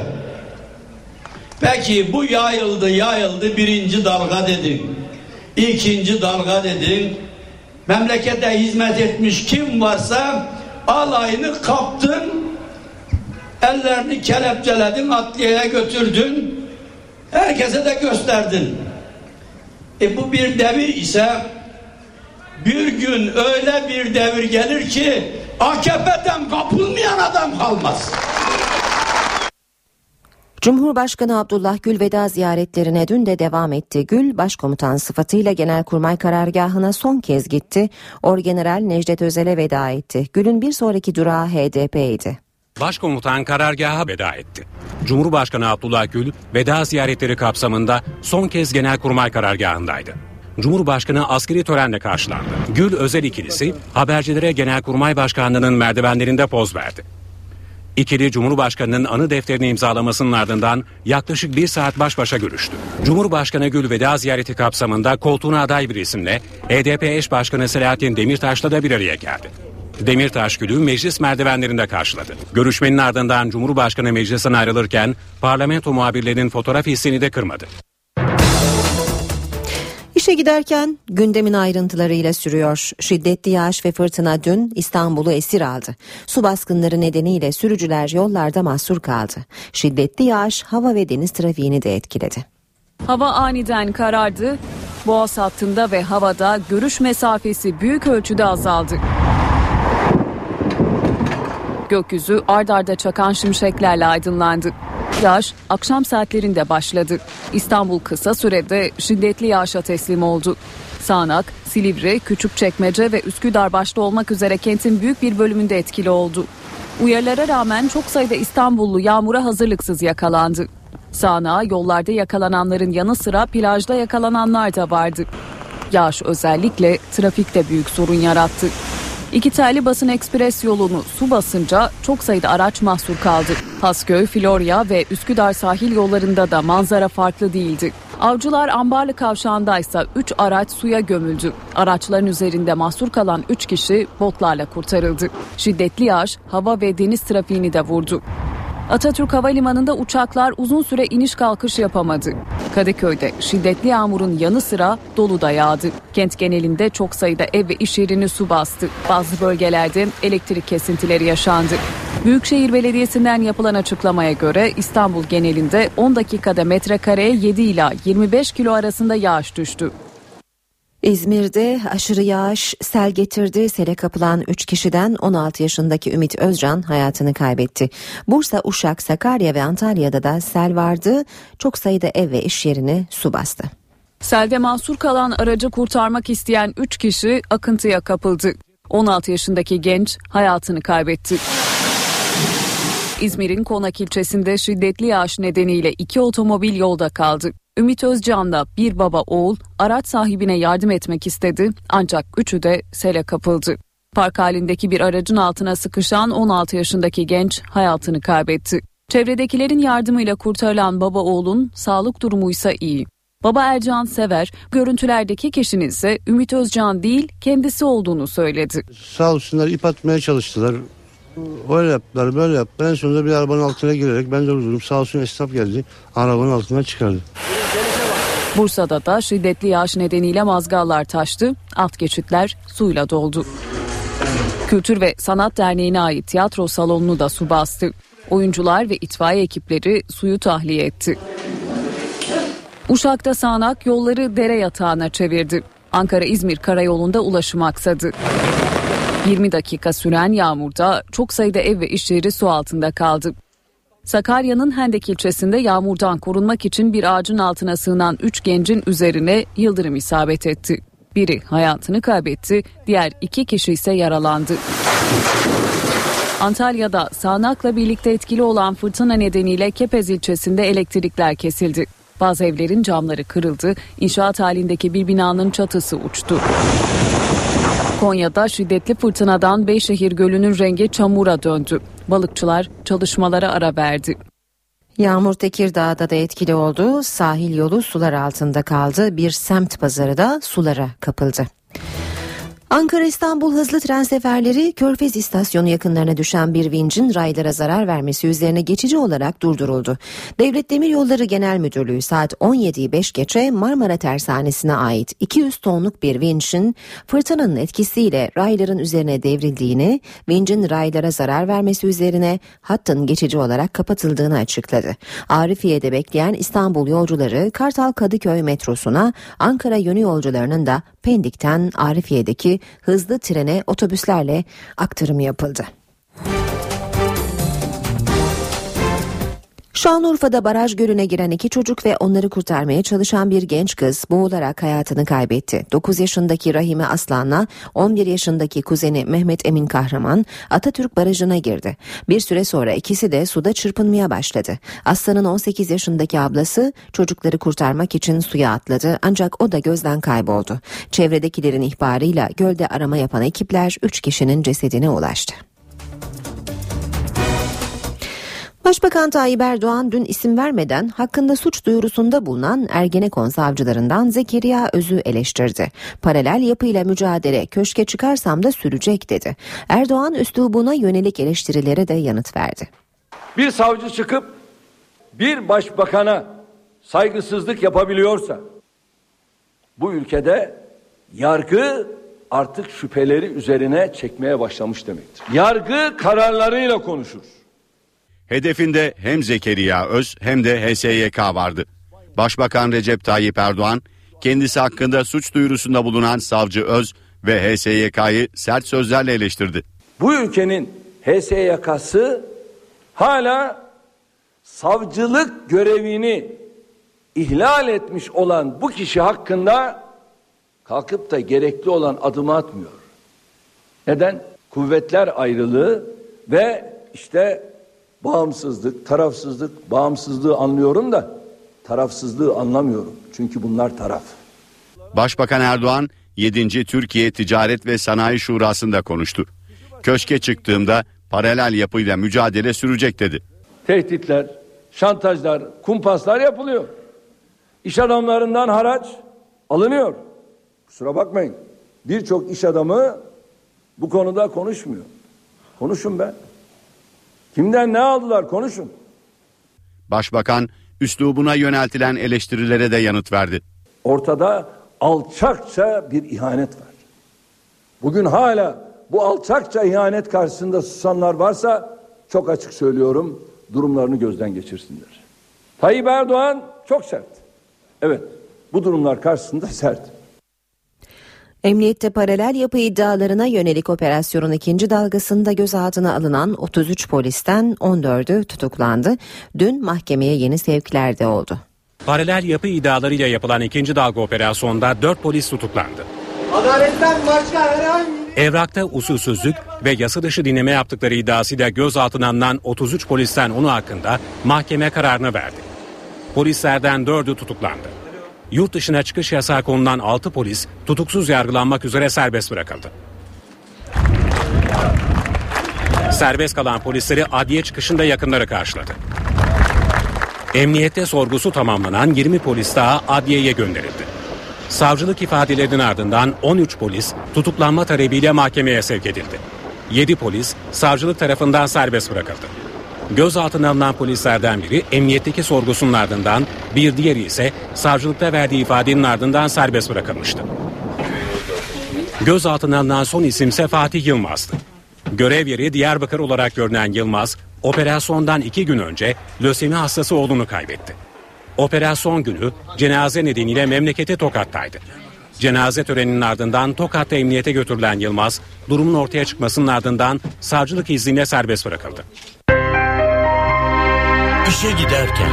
Peki bu yayıldı yayıldı birinci dalga dedin. İkinci dalga dedin. Memlekete hizmet etmiş kim varsa alayını kaptın. Ellerini kelepçeledin, adliyeye götürdün. Herkese de gösterdin. E bu bir devir ise bir gün öyle bir devir gelir ki A K P'den kapılmayan adam kalmaz. Cumhurbaşkanı Abdullah Gül veda ziyaretlerine dün de devam etti. Gül, başkomutan sıfatıyla Genelkurmay karargahına son kez gitti. Orgeneral Necdet Özel'e veda etti. Gül'ün bir sonraki durağı H D P'ydi. Başkomutan karargaha veda etti. Cumhurbaşkanı Abdullah Gül veda ziyaretleri kapsamında son kez Genelkurmay karargahındaydı. Cumhurbaşkanı askeri törenle karşılandı. Gül özel ikilisi habercilere Genelkurmay Başkanlığı'nın merdivenlerinde poz verdi. İkili Cumhurbaşkanı'nın anı defterini imzalamasının ardından yaklaşık bir saat baş başa görüştü. Cumhurbaşkanı Gül veda ziyareti kapsamında koltuğuna aday bir isimle H D P eş başkanı Selahattin Demirtaş'la da bir araya geldi. Demirtaş Gül'ü meclis merdivenlerinde karşıladı. Görüşmenin ardından Cumhurbaşkanı meclisten ayrılırken parlamento muhabirlerinin fotoğraf hissini de kırmadı. İşe giderken gündemin ayrıntılarıyla sürüyor. Şiddetli yağış ve fırtına dün İstanbul'u esir aldı. Su baskınları nedeniyle sürücüler yollarda mahsur kaldı. Şiddetli yağış hava ve deniz trafiğini de etkiledi. Hava aniden karardı. Boğaz hattında ve havada görüş mesafesi büyük ölçüde azaldı. Gökyüzü ard arda çakan şimşeklerle aydınlandı. Yağış akşam saatlerinde başladı. İstanbul kısa sürede şiddetli yağışa teslim oldu. Sağnak, Silivri, Küçükçekmece ve Üsküdar başta olmak üzere kentin büyük bir bölümünde etkili oldu. Uyarılara rağmen çok sayıda İstanbullu yağmura hazırlıksız yakalandı. Sağnağa yollarda yakalananların yanı sıra plajda yakalananlar da vardı. Yağış özellikle trafikte büyük sorun yarattı. İki telli basın ekspres yolunu su basınca çok sayıda araç mahsur kaldı. Hasköy, Florya ve Üsküdar sahil yollarında da manzara farklı değildi. Avcılar Ambarlı kavşağındaysa üç araç suya gömüldü. Araçların üzerinde mahsur kalan üç kişi botlarla kurtarıldı. Şiddetli yağış hava ve deniz trafiğini de vurdu. Atatürk Havalimanı'nda uçaklar uzun süre iniş kalkış yapamadı. Kadıköy'de şiddetli yağmurun yanı sıra dolu da yağdı. Kent genelinde çok sayıda ev ve iş yerini su bastı. Bazı bölgelerde elektrik kesintileri yaşandı. Büyükşehir Belediyesi'nden yapılan açıklamaya göre İstanbul genelinde on dakikada metrekareye yedi ila yirmi beş kilo arasında yağış düştü. İzmir'de aşırı yağış sel getirdi. Sele kapılan üç kişiden on altı yaşındaki Ümit Özcan hayatını kaybetti. Bursa, Uşak, Sakarya ve Antalya'da da sel vardı. Çok sayıda ev ve iş yerini su bastı. Selde mahsur kalan aracı kurtarmak isteyen üç kişi akıntıya kapıldı. on altı yaşındaki genç hayatını kaybetti. İzmir'in Konak ilçesinde şiddetli yağış nedeniyle iki otomobil yolda kaldı. Ümit Özcan'la bir baba oğul araç sahibine yardım etmek istedi ancak üçü de sele kapıldı. Park halindeki bir aracın altına sıkışan on altı yaşındaki genç hayatını kaybetti. Çevredekilerin yardımıyla kurtarılan baba oğlun sağlık durumu ise iyi. Baba Ercan Sever, görüntülerdeki kişinin ise Ümit Özcan değil kendisi olduğunu söyledi. Sağ olsunlar, ip atmaya çalıştılar. Öyle yaptılar, böyle yaptılar. En sonunda bir arabanın altına girerek ben de durdum. Sağ olsun esnaf geldi, arabanın altına çıkardı. Bursa'da da şiddetli yağış nedeniyle mazgallar taştı, alt geçitler suyla doldu. Kültür ve Sanat Derneği'ne ait tiyatro salonunu da su bastı. Oyuncular ve itfaiye ekipleri suyu tahliye etti. Uşak'ta sağanak yolları dere yatağına çevirdi. Ankara-İzmir karayolunda ulaşım aksadı. yirmi dakika süren yağmurda çok sayıda ev ve iş yeri su altında kaldı. Sakarya'nın Hendek ilçesinde yağmurdan korunmak için bir ağacın altına sığınan üç gencin üzerine yıldırım isabet etti. Biri hayatını kaybetti, diğer iki kişi ise yaralandı. Antalya'da sağanakla birlikte etkili olan fırtına nedeniyle Kepez ilçesinde elektrikler kesildi. Bazı evlerin camları kırıldı, inşaat halindeki bir binanın çatısı uçtu. Konya'da şiddetli fırtınadan Beyşehir Gölü'nün rengi çamura döndü. Balıkçılar çalışmalara ara verdi. Yağmur Tekirdağ'da da etkili oldu. Sahil yolu sular altında kaldı. Bir semt pazarı da sulara kapıldı. Ankara-İstanbul hızlı tren seferleri Körfez istasyonu yakınlarına düşen bir vincin raylara zarar vermesi üzerine geçici olarak durduruldu. Devlet Demiryolları Genel Müdürlüğü saat on yediyi beş geçe Marmara Tersanesi'ne ait iki yüz tonluk bir vincin fırtınanın etkisiyle rayların üzerine devrildiğini, vincin raylara zarar vermesi üzerine hattın geçici olarak kapatıldığını açıkladı. Arifiye'de bekleyen İstanbul yolcuları Kartal Kadıköy metrosuna, Ankara yönü yolcularının da Pendik'ten Arifiye'deki hızlı trene otobüslerle aktarımı yapıldı. Şanlıurfa'da baraj gölüne giren iki çocuk ve onları kurtarmaya çalışan bir genç kız boğularak hayatını kaybetti. dokuz yaşındaki Rahime Aslan'la on bir yaşındaki kuzeni Mehmet Emin Kahraman Atatürk Barajı'na girdi. Bir süre sonra ikisi de suda çırpınmaya başladı. Aslan'ın on sekiz yaşındaki ablası çocukları kurtarmak için suya atladı ancak o da gözden kayboldu. Çevredekilerin ihbarıyla gölde arama yapan ekipler üç kişinin cesedine ulaştı. Başbakan Tayyip Erdoğan dün isim vermeden hakkında suç duyurusunda bulunan Ergenekon savcılarından Zekeriya Öz'ü eleştirdi. Paralel yapıyla mücadele köşke çıkarsam da sürecek dedi. Erdoğan üslubuna yönelik eleştirilere de yanıt verdi. Bir savcı çıkıp bir başbakana saygısızlık yapabiliyorsa bu ülkede yargı artık şüpheleri üzerine çekmeye başlamış demektir. Yargı kararlarıyla konuşur. Hedefinde hem Zekeriya Öz hem de H S Y K vardı. Başbakan Recep Tayyip Erdoğan kendisi hakkında suç duyurusunda bulunan savcı Öz ve H S Y K'yı sert sözlerle eleştirdi. Bu ülkenin H S Y K'sı hala savcılık görevini ihlal etmiş olan bu kişi hakkında kalkıp da gerekli olan adımı atmıyor. Neden? Kuvvetler ayrılığı ve işte bağımsızlık, tarafsızlık, bağımsızlığı anlıyorum da tarafsızlığı anlamıyorum. Çünkü bunlar taraf. Başbakan Erdoğan yedinci Türkiye Ticaret ve Sanayi Şurası'nda konuştu. Köşke çıktığımda paralel yapıyla mücadele sürecek dedi. Tehditler, şantajlar, kumpaslar yapılıyor. İş adamlarından haraç alınıyor. Kusura bakmayın. Birçok iş adamı bu konuda konuşmuyor. Konuşun be. Kimden ne aldılar konuşun. Başbakan üslubuna yöneltilen eleştirilere de yanıt verdi. Ortada alçakça bir ihanet var. Bugün hala bu alçakça ihanet karşısında susanlar varsa çok açık söylüyorum durumlarını gözden geçirsinler. Tayyip Erdoğan çok sert. Evet bu durumlar karşısında sert. Emniyette paralel yapı iddialarına yönelik operasyonun ikinci dalgasında gözaltına alınan otuz üç polisten on dördü tutuklandı. Dün mahkemeye yeni sevkler de oldu. Paralel yapı iddialarıyla yapılan ikinci dalga operasyonda dört polis tutuklandı. Adaletten başka herhangi Evrakta usulsüzlük ve yasa dışı dinleme yaptıkları iddiasıyla gözaltına alınan otuz üç polisten onu hakkında mahkeme kararını verdi. Polislerden dördü tutuklandı. Yurt dışına çıkış yasağı konulan altı polis tutuksuz yargılanmak üzere serbest bırakıldı. Serbest kalan polisleri adliye çıkışında yakınları karşıladı. Emniyette sorgusu tamamlanan yirmi polis daha adliyeye gönderildi. Savcılık ifadelerinin ardından on üç polis tutuklanma talebiyle mahkemeye sevk edildi. yedi polis savcılık tarafından serbest bırakıldı. Gözaltına alınan polislerden biri emniyetteki sorgusunun ardından, bir diğeri ise savcılıkta verdiği ifadenin ardından serbest bırakılmıştı. Gözaltına alınan son isimse Fatih Yılmaz'dı. Görev yeri Diyarbakır olarak görünen Yılmaz, operasyondan iki gün önce lösemi hastası oğlunu kaybetti. Operasyon günü cenaze nedeniyle memleketi Tokat'taydı. Cenaze töreninin ardından Tokat'ta emniyete götürülen Yılmaz, durumun ortaya çıkmasının ardından savcılık izniyle serbest bırakıldı. İşe giderken.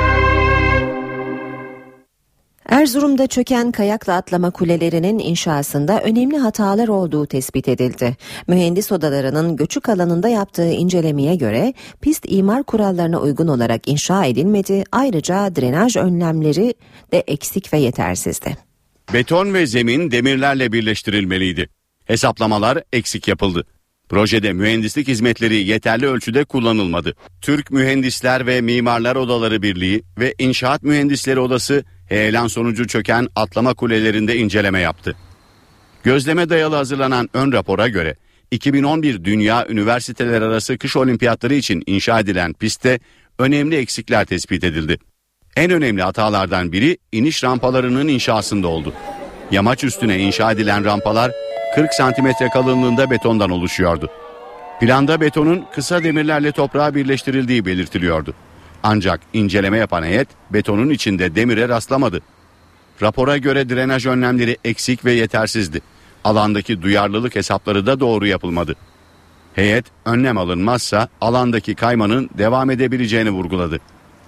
Erzurum'da çöken kayakla atlama kulelerinin inşasında önemli hatalar olduğu tespit edildi. Mühendis odalarının göçük alanında yaptığı incelemeye göre pist imar kurallarına uygun olarak inşa edilmedi. Ayrıca drenaj önlemleri de eksik ve yetersizdi. Beton ve zemin demirlerle birleştirilmeliydi. Hesaplamalar eksik yapıldı. Projede mühendislik hizmetleri yeterli ölçüde kullanılmadı. Türk Mühendisler ve Mimarlar Odaları Birliği ve İnşaat Mühendisleri Odası heyelan sonucu çöken atlama kulelerinde inceleme yaptı. Gözleme dayalı hazırlanan ön rapora göre iki bin on bir Dünya Üniversiteler Arası Kış Olimpiyatları için inşa edilen pistte önemli eksikler tespit edildi. En önemli hatalardan biri iniş rampalarının inşasında oldu. Yamaç üstüne inşa edilen rampalar kırk santimetre kalınlığında betondan oluşuyordu. Planda betonun kısa demirlerle toprağa birleştirildiği belirtiliyordu. Ancak inceleme yapan heyet betonun içinde demire rastlamadı. Rapora göre drenaj önlemleri eksik ve yetersizdi. Alandaki duyarlılık hesapları da doğru yapılmadı. Heyet önlem alınmazsa alandaki kaymanın devam edebileceğini vurguladı.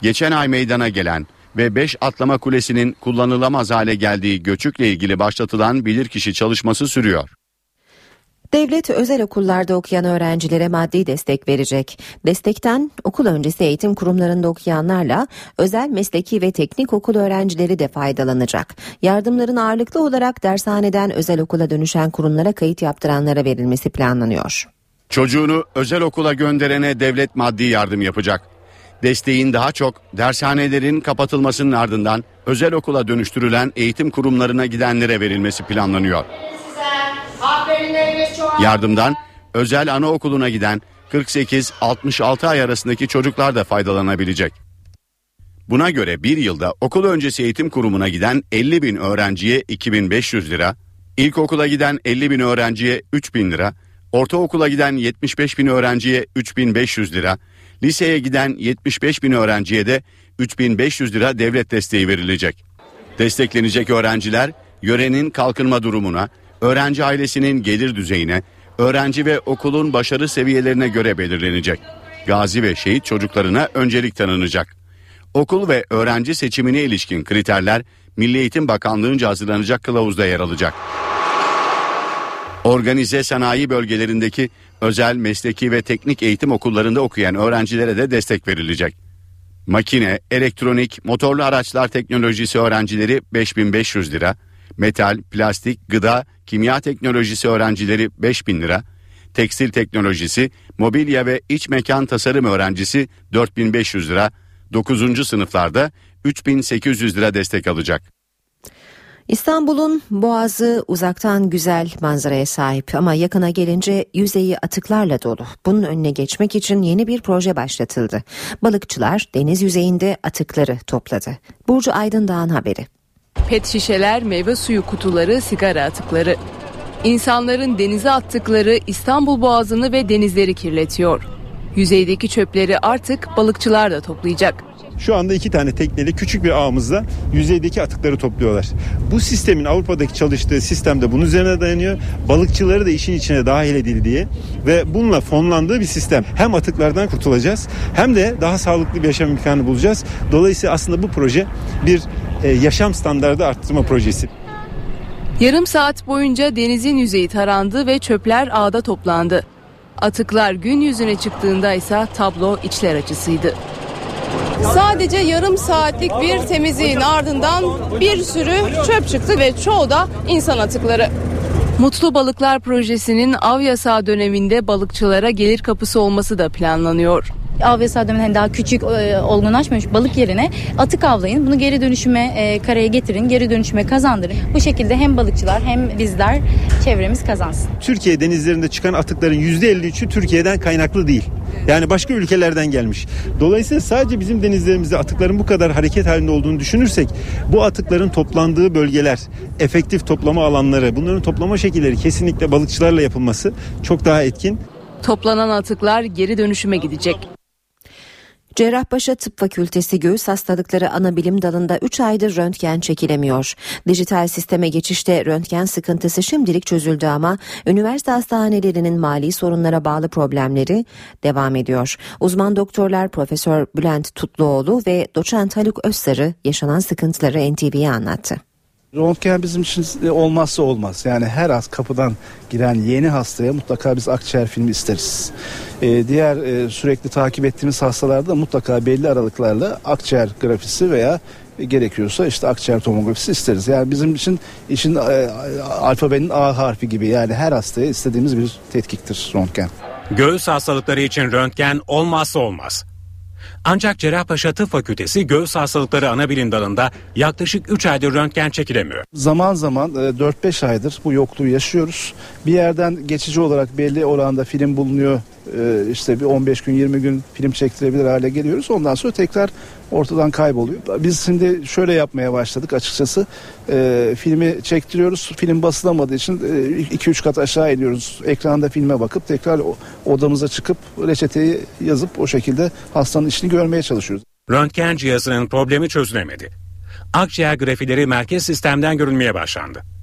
Geçen ay meydana gelen ve beş atlama kulesinin kullanılamaz hale geldiği göçükle ilgili başlatılan bilirkişi çalışması sürüyor. Devlet özel okullarda okuyan öğrencilere maddi destek verecek. Destekten okul öncesi eğitim kurumlarında okuyanlarla özel mesleki ve teknik okul öğrencileri de faydalanacak. Yardımların ağırlıklı olarak dershaneden özel okula dönüşen kurumlara kayıt yaptıranlara verilmesi planlanıyor. Çocuğunu özel okula gönderene devlet maddi yardım yapacak. Desteğin daha çok dershanelerin kapatılmasının ardından özel okula dönüştürülen eğitim kurumlarına gidenlere verilmesi planlanıyor. Yardımdan özel anaokuluna giden kırk sekiz altmış altı ay arasındaki çocuklar da faydalanabilecek. Buna göre bir yılda okul öncesi eğitim kurumuna giden elli bin öğrenciye iki bin beş yüz lira, ilkokula giden elli bin öğrenciye üç bin lira, ortaokula giden yetmiş beş bin öğrenciye üç bin beş yüz lira, liseye giden yetmiş beş bin öğrenciye de üç bin beş yüz lira devlet desteği verilecek. Desteklenecek öğrenciler yörenin kalkınma durumuna, öğrenci ailesinin gelir düzeyine, öğrenci ve okulun başarı seviyelerine göre belirlenecek. Gazi ve şehit çocuklarına öncelik tanınacak. Okul ve öğrenci seçimine ilişkin kriterler Milli Eğitim Bakanlığı'nca hazırlanacak kılavuzda yer alacak. Organize sanayi bölgelerindeki özel mesleki ve teknik eğitim okullarında okuyan öğrencilere de destek verilecek. Makine, elektronik, motorlu araçlar teknolojisi öğrencileri beş bin beş yüz lira, metal, plastik, gıda, kimya teknolojisi öğrencileri beş bin lira, tekstil teknolojisi, mobilya ve iç mekan tasarım öğrencisi dört bin beş yüz lira, dokuzuncu sınıflarda üç bin sekiz yüz lira destek alacak. İstanbul'un boğazı uzaktan güzel manzaraya sahip ama yakına gelince yüzeyi atıklarla dolu. Bunun önüne geçmek için yeni bir proje başlatıldı. Balıkçılar deniz yüzeyinde atıkları topladı. Burcu Aydındağ'ın haberi. Pet şişeler, meyve suyu kutuları, sigara atıkları. İnsanların denize attıkları İstanbul Boğazı'nı ve denizleri kirletiyor. Yüzeydeki çöpleri artık balıkçılar da toplayacak. Şu anda iki tane tekneyle küçük bir ağımızla yüzeydeki atıkları topluyorlar. Bu sistemin Avrupa'daki çalıştığı sistem de bunun üzerine dayanıyor. Balıkçıları da işin içine dahil edildiği ve bununla fonlandığı bir sistem. Hem atıklardan kurtulacağız hem de daha sağlıklı bir yaşam imkanı bulacağız. Dolayısıyla aslında bu proje bir e, yaşam standardı arttırma projesi. Yarım saat boyunca denizin yüzeyi tarandı ve çöpler ağda toplandı. Atıklar gün yüzüne çıktığında ise tablo içler acısıydı. Sadece yarım saatlik bir temizliğin ardından bir sürü çöp çıktı ve çoğu da insan atıkları. Mutlu Balıklar Projesi'nin av yasağı döneminde balıkçılara gelir kapısı olması da planlanıyor. Av yasağı döneminde daha küçük, e, olgunlaşmamış balık yerine atık avlayın. Bunu geri dönüşüme e, karaya getirin, geri dönüşüme kazandırın. Bu şekilde hem balıkçılar hem bizler, çevremiz kazansın. Türkiye denizlerinde çıkan atıkların yüzde elli üçü Türkiye'den kaynaklı değil. Yani başka ülkelerden gelmiş. Dolayısıyla sadece bizim denizlerimizde atıkların bu kadar hareket halinde olduğunu düşünürsek bu atıkların toplandığı bölgeler, efektif toplama alanları, bunların toplama şekilleri kesinlikle balıkçılarla yapılması çok daha etkin. Toplanan atıklar geri dönüşüme gidecek. Cerrahpaşa Tıp Fakültesi Göğüs Hastalıkları Anabilim Dalı'nda üç aydır röntgen çekilemiyor. Dijital sisteme geçişte röntgen sıkıntısı şimdilik çözüldü ama üniversite hastanelerinin mali sorunlara bağlı problemleri devam ediyor. Uzman doktorlar Profesör Bülent Tutluoğlu ve Doçent Haluk Özsarı yaşanan sıkıntıları N T V'ye anlattı. Röntgen bizim için olmazsa olmaz. Yani her az kapıdan giren yeni hastaya mutlaka biz akciğer filmi isteriz. Ee, diğer e, sürekli takip ettiğimiz hastalarda mutlaka belli aralıklarla akciğer grafisi veya gerekiyorsa işte akciğer tomografisi isteriz. Yani bizim için işin e, alfabenin A harfi gibi, yani her hastaya istediğimiz bir tetkiktir röntgen. Göğüs hastalıkları için röntgen olmazsa olmaz. Ancak Cerrahpaşa Tıp Fakültesi Göğüs Hastalıkları Anabilim Dalı'nda yaklaşık üç aydır röntgen çekilemiyor. Zaman zaman dört beş aydır bu yokluğu yaşıyoruz. Bir yerden geçici olarak belli oranda film bulunuyor. İşte bir on beş gün yirmi gün film çektirebilir hale geliyoruz. Ondan sonra tekrar ortadan kayboluyor. Biz şimdi şöyle yapmaya başladık açıkçası. E, filmi çektiriyoruz. Film basılamadığı için iki üç kat aşağı iniyoruz. Ekranda filme bakıp tekrar odamıza çıkıp reçeteyi yazıp o şekilde hastanın işini görmeye çalışıyoruz. Röntgen cihazının problemi çözülemedi. Akciğer grafileri merkez sistemden görülmeye başlandı.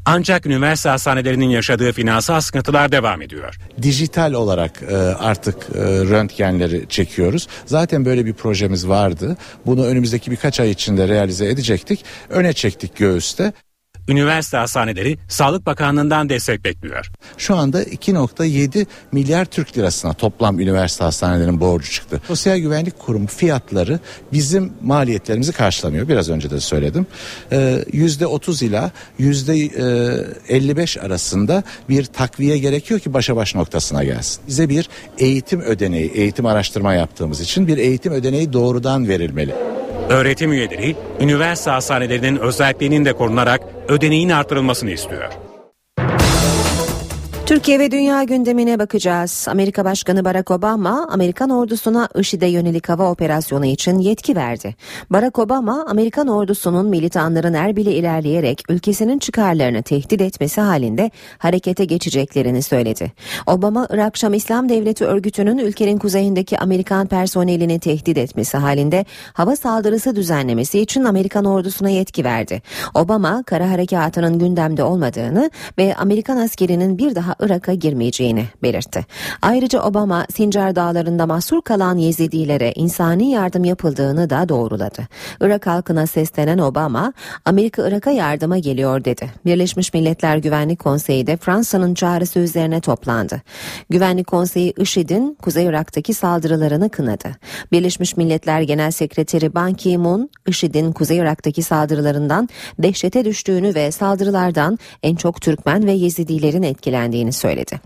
Ancak üniversite hastanelerinin yaşadığı finansal sıkıntılar devam ediyor. Dijital olarak e, artık e, röntgenleri çekiyoruz. Zaten böyle bir projemiz vardı. Bunu önümüzdeki birkaç ay içinde realize edecektik. Öne çektik göğüste. Üniversite hastaneleri Sağlık Bakanlığı'ndan destek bekliyor. Şu anda iki nokta yedi milyar Türk lirasına toplam üniversite hastanelerinin borcu çıktı. Sosyal Güvenlik Kurumu fiyatları bizim maliyetlerimizi karşılamıyor. Biraz önce de söyledim. Ee, yüzde otuz ila yüzde elli beş arasında bir takviye gerekiyor ki başa baş noktasına gelsin. Bize bir eğitim ödeneği, eğitim araştırma yaptığımız için bir eğitim ödeneği doğrudan verilmeli. Öğretim üyeleri üniversite hastanelerinin özelliklerinin de korunarak ödeneğin artırılmasını istiyor. Türkiye ve dünya gündemine bakacağız. Amerika Başkanı Barack Obama, Amerikan ordusuna IŞİD'e yönelik hava operasyonu için yetki verdi. Barack Obama, Amerikan ordusunun militanların Erbil'e ilerleyerek ülkesinin çıkarlarını tehdit etmesi halinde harekete geçeceklerini söyledi. Obama, Irak Şam İslam Devleti örgütünün ülkenin kuzeyindeki Amerikan personelini tehdit etmesi halinde hava saldırısı düzenlemesi için Amerikan ordusuna yetki verdi. Obama, kara harekatının gündemde olmadığını ve Amerikan askerinin bir daha Irak'a girmeyeceğini belirtti. Ayrıca Obama, Sincar Dağları'nda mahsur kalan Yezidilere insani yardım yapıldığını da doğruladı. Irak halkına seslenen Obama, Amerika Irak'a yardıma geliyor dedi. Birleşmiş Milletler Güvenlik Konseyi de Fransa'nın çağrısı üzerine toplandı. Güvenlik Konseyi IŞİD'in Kuzey Irak'taki saldırılarını kınadı. Birleşmiş Milletler Genel Sekreteri Ban Ki-moon, IŞİD'in Kuzey Irak'taki saldırılarından dehşete düştüğünü ve saldırılardan en çok Türkmen ve Yezidilerin etkilendiğini söyledi.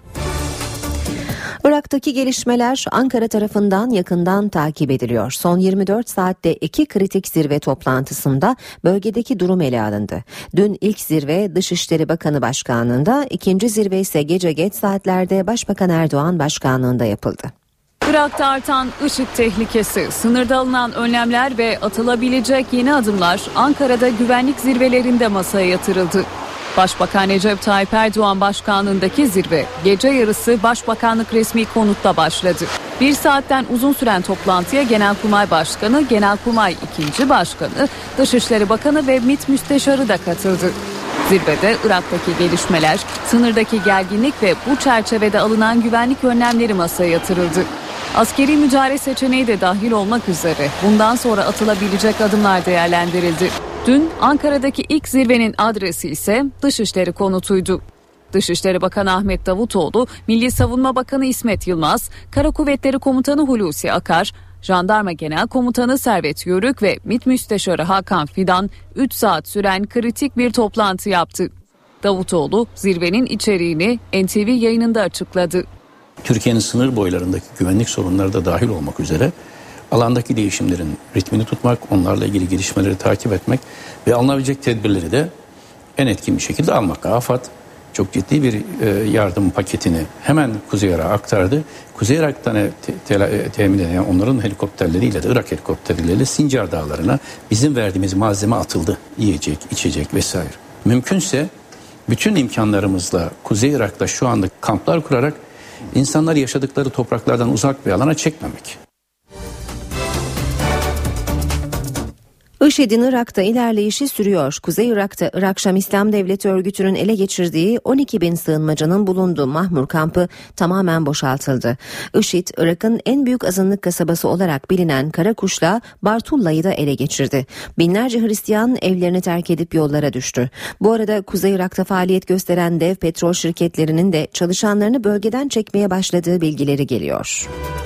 Irak'taki gelişmeler Ankara tarafından yakından takip ediliyor. Son yirmi dört saatte iki kritik zirve toplantısında bölgedeki durum ele alındı. Dün ilk zirve Dışişleri Bakanı Başkanlığında, ikinci zirve ise gece geç saatlerde Başbakan Erdoğan Başkanlığında yapıldı. Irak'ta artan IŞİD tehlikesi, sınırda alınan önlemler ve atılabilecek yeni adımlar Ankara'da güvenlik zirvelerinde masaya yatırıldı. Başbakan Recep Tayyip Erdoğan başkanlığındaki zirve gece yarısı Başbakanlık resmi konutta başladı. Bir saatten uzun süren toplantıya Genelkurmay Başkanı, Genelkurmay ikinci Başkanı, Dışişleri Bakanı ve MİT Müsteşarı da katıldı. Zirvede Irak'taki gelişmeler, sınırdaki gerginlik ve bu çerçevede alınan güvenlik önlemleri masaya yatırıldı. Askeri müdahale seçeneği de dahil olmak üzere bundan sonra atılabilecek adımlar değerlendirildi. Dün Ankara'daki ilk zirvenin adresi ise Dışişleri konutuydu. Dışişleri Bakanı Ahmet Davutoğlu, Milli Savunma Bakanı İsmet Yılmaz, Kara Kuvvetleri Komutanı Hulusi Akar, Jandarma Genel Komutanı Servet Yörük ve MİT Müsteşarı Hakan Fidan üç saat süren kritik bir toplantı yaptı. Davutoğlu zirvenin içeriğini N T V yayınında açıkladı. Türkiye'nin sınır boylarındaki güvenlik sorunları da dahil olmak üzere alandaki değişimlerin ritmini tutmak, onlarla ilgili gelişmeleri takip etmek ve alınabilecek tedbirleri de en etkin bir şekilde almak. AFAD çok ciddi bir yardım paketini hemen Kuzey Irak'a aktardı. Kuzey Irak'tan te- te- temin eden onların helikopterleriyle de Irak helikopterleriyle Sincar Dağları'na bizim verdiğimiz malzeme atıldı. Yiyecek, içecek vesaire. Mümkünse bütün imkanlarımızla Kuzey Irak'ta şu anda kamplar kurarak insanlar yaşadıkları topraklardan uzak bir alana çekmemek. IŞİD'in Irak'ta ilerleyişi sürüyor. Kuzey Irak'ta Irak Şam İslam Devleti örgütünün ele geçirdiği on iki bin sığınmacının bulunduğu Mahmur kampı tamamen boşaltıldı. IŞİD, Irak'ın en büyük azınlık kasabası olarak bilinen Karakuş'la Bartulla'yı da ele geçirdi. Binlerce Hristiyan evlerini terk edip yollara düştü. Bu arada Kuzey Irak'ta faaliyet gösteren dev petrol şirketlerinin de çalışanlarını bölgeden çekmeye başladığı bilgileri geliyor.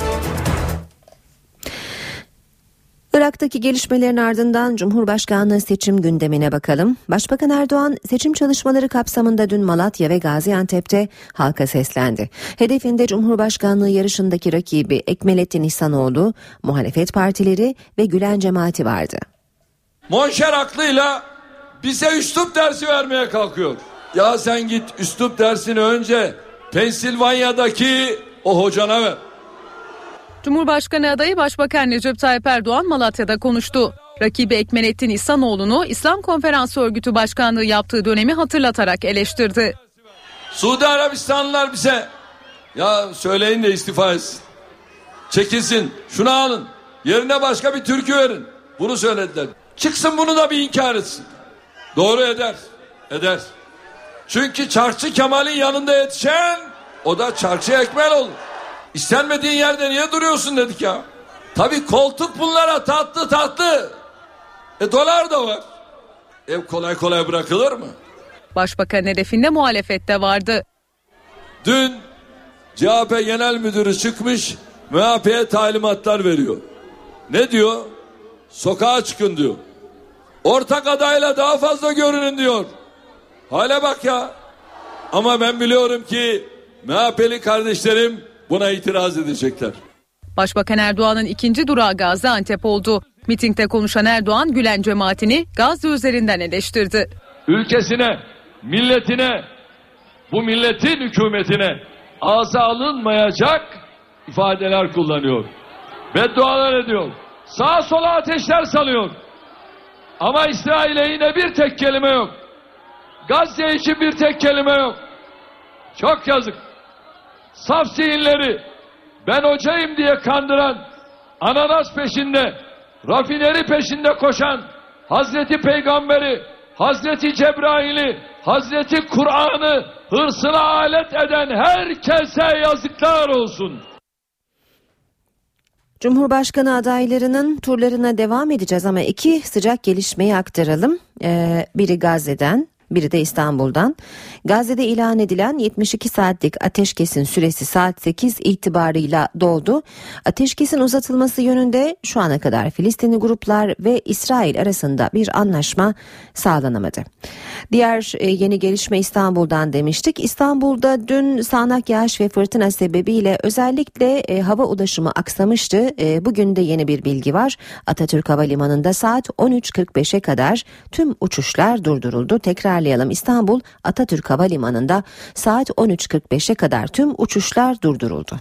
Irak'taki gelişmelerin ardından Cumhurbaşkanlığı seçim gündemine bakalım. Başbakan Erdoğan seçim çalışmaları kapsamında dün Malatya ve Gaziantep'te halka seslendi. Hedefinde Cumhurbaşkanlığı yarışındaki rakibi Ekmelettin İhsanoğlu, muhalefet partileri ve Gülen cemaati vardı. Monşer aklıyla bize üslup dersi vermeye kalkıyor. Ya sen git üslup dersini önce Pensilvanya'daki o hocana ver. Cumhurbaşkanı adayı Başbakan Recep Tayyip Erdoğan Malatya'da konuştu. Rakibi Ekmelettin İhsanoğlu'nu İslam Konferansı Örgütü Başkanlığı yaptığı dönemi hatırlatarak eleştirdi. Suudi Arabistanlılar bize ya söyleyin de istifa etsin. Çekilsin, şunu alın. Yerine başka bir türkü verin. Bunu söylediler. Çıksın bunu da bir inkar etsin. Doğru eder. Eder. Çünkü Çarşı Kemal'in yanında yetişen o da Çarşı Ekmel olur. İstenmediğin yerde niye duruyorsun dedik ya. Tabii koltuk bunlara tatlı tatlı. E dolar da var. Ev kolay kolay bırakılır mı? Başbakan hedefinde muhalefet de vardı. Dün C H P Genel Müdürü çıkmış M H P'ye talimatlar veriyor. Ne diyor? Sokağa çıkın diyor. Ortak adayla daha fazla görünün diyor. Hale bak ya. Ama ben biliyorum ki M H P'li kardeşlerim buna itiraz edecekler. Başbakan Erdoğan'ın ikinci durağı Gaziantep oldu. Mitingde konuşan Erdoğan Gülen cemaatini Gazze üzerinden eleştirdi. Ülkesine, milletine, bu milletin hükümetine ağza alınmayacak ifadeler kullanıyor. Beddualar ediyor. Sağa sola ateşler salıyor. Ama İsrail'e yine bir tek kelime yok. Gazze için bir tek kelime yok. Çok yazık. Saf zihinleri ben hocayım diye kandıran, ananas peşinde, rafineri peşinde koşan, Hazreti Peygamberi, Hazreti Cebrail'i, Hazreti Kur'an'ı hırsına alet eden herkese yazıklar olsun. Cumhurbaşkanı adaylarının turlarına devam edeceğiz ama iki sıcak gelişmeyi aktaralım. Ee, biri Gazze'den, biri de İstanbul'dan. Gazze'de ilan edilen yetmiş iki saatlik ateşkesin süresi saat sekiz itibarıyla doldu. Ateşkesin uzatılması yönünde şu ana kadar Filistinli gruplar ve İsrail arasında bir anlaşma sağlanamadı. Diğer e, yeni gelişme İstanbul'dan demiştik. İstanbul'da dün sağanak yağış ve fırtına sebebiyle özellikle e, hava ulaşımı aksamıştı. E, bugün de yeni bir bilgi var. Atatürk Havalimanı'nda saat on üç kırk beşe kadar tüm uçuşlar durduruldu. Tekrarlayalım, İstanbul Atatürk Havalimanı'nda saat on üç kırk beşe kadar tüm uçuşlar durduruldu.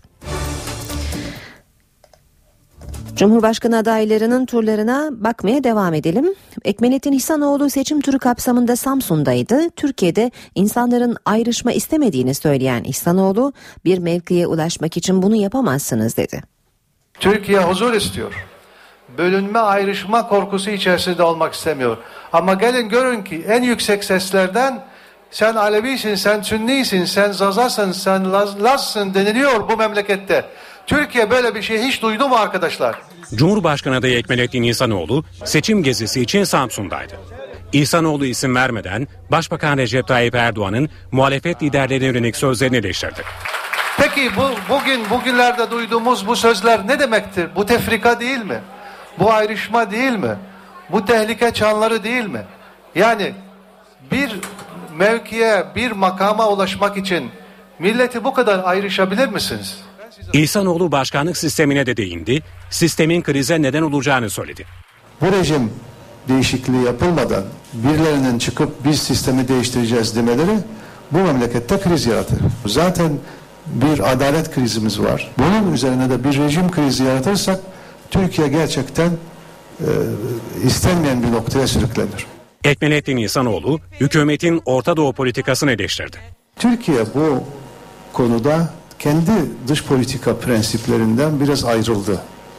Cumhurbaşkanı adaylarının turlarına bakmaya devam edelim. Ekmelettin İhsanoğlu seçim turu kapsamında Samsun'daydı. Türkiye'de insanların ayrışma istemediğini söyleyen İhsanoğlu, bir mevkiye ulaşmak için bunu yapamazsınız dedi. Türkiye huzur istiyor. Bölünme, ayrışma korkusu içerisinde olmak istemiyor. Ama gelin görün ki en yüksek seslerden sen Alevisin, sen Sünnisin, sen Zazasın, sen Laz, Lazsın deniliyor bu memlekette. Türkiye böyle bir şey hiç duydu mu arkadaşlar? Cumhurbaşkanı adayı Ekmelettin İhsanoğlu seçim gezisi için Samsun'daydı. İhsanoğlu isim vermeden Başbakan Recep Tayyip Erdoğan'ın muhalefet liderlerine yönelik sözlerini eleştirdi. Peki bu bugün bugünlerde duyduğumuz bu sözler ne demektir? Bu tefrika değil mi? Bu ayrışma değil mi? Bu tehlike çanları değil mi? Yani bir mevkiye, bir makama ulaşmak için milleti bu kadar ayrışabilir misiniz? İhsanoğlu başkanlık sistemine de değindi. Sistemin krize neden olacağını söyledi. Bu rejim değişikliği yapılmadan birilerinin çıkıp biz sistemi değiştireceğiz demeleri bu memlekette kriz yaratır. Zaten bir adalet krizimiz var. Bunun üzerine de bir rejim krizi yaratırsak Türkiye gerçekten e, istenmeyen bir noktaya sürüklenir. Ekmelettin İhsanoğlu hükümetin Orta Doğu politikasını eleştirdi. Türkiye bu konuda kendi dış politika prensiplerinden biraz ayrıldı.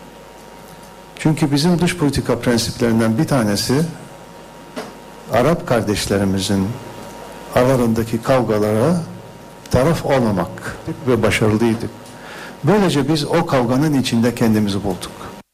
Çünkü bizim dış politika prensiplerinden bir tanesi Arap kardeşlerimizin aralarındaki kavgalara taraf olmamak ve başarılıydık. Böylece biz o kavganın içinde kendimizi bulduk.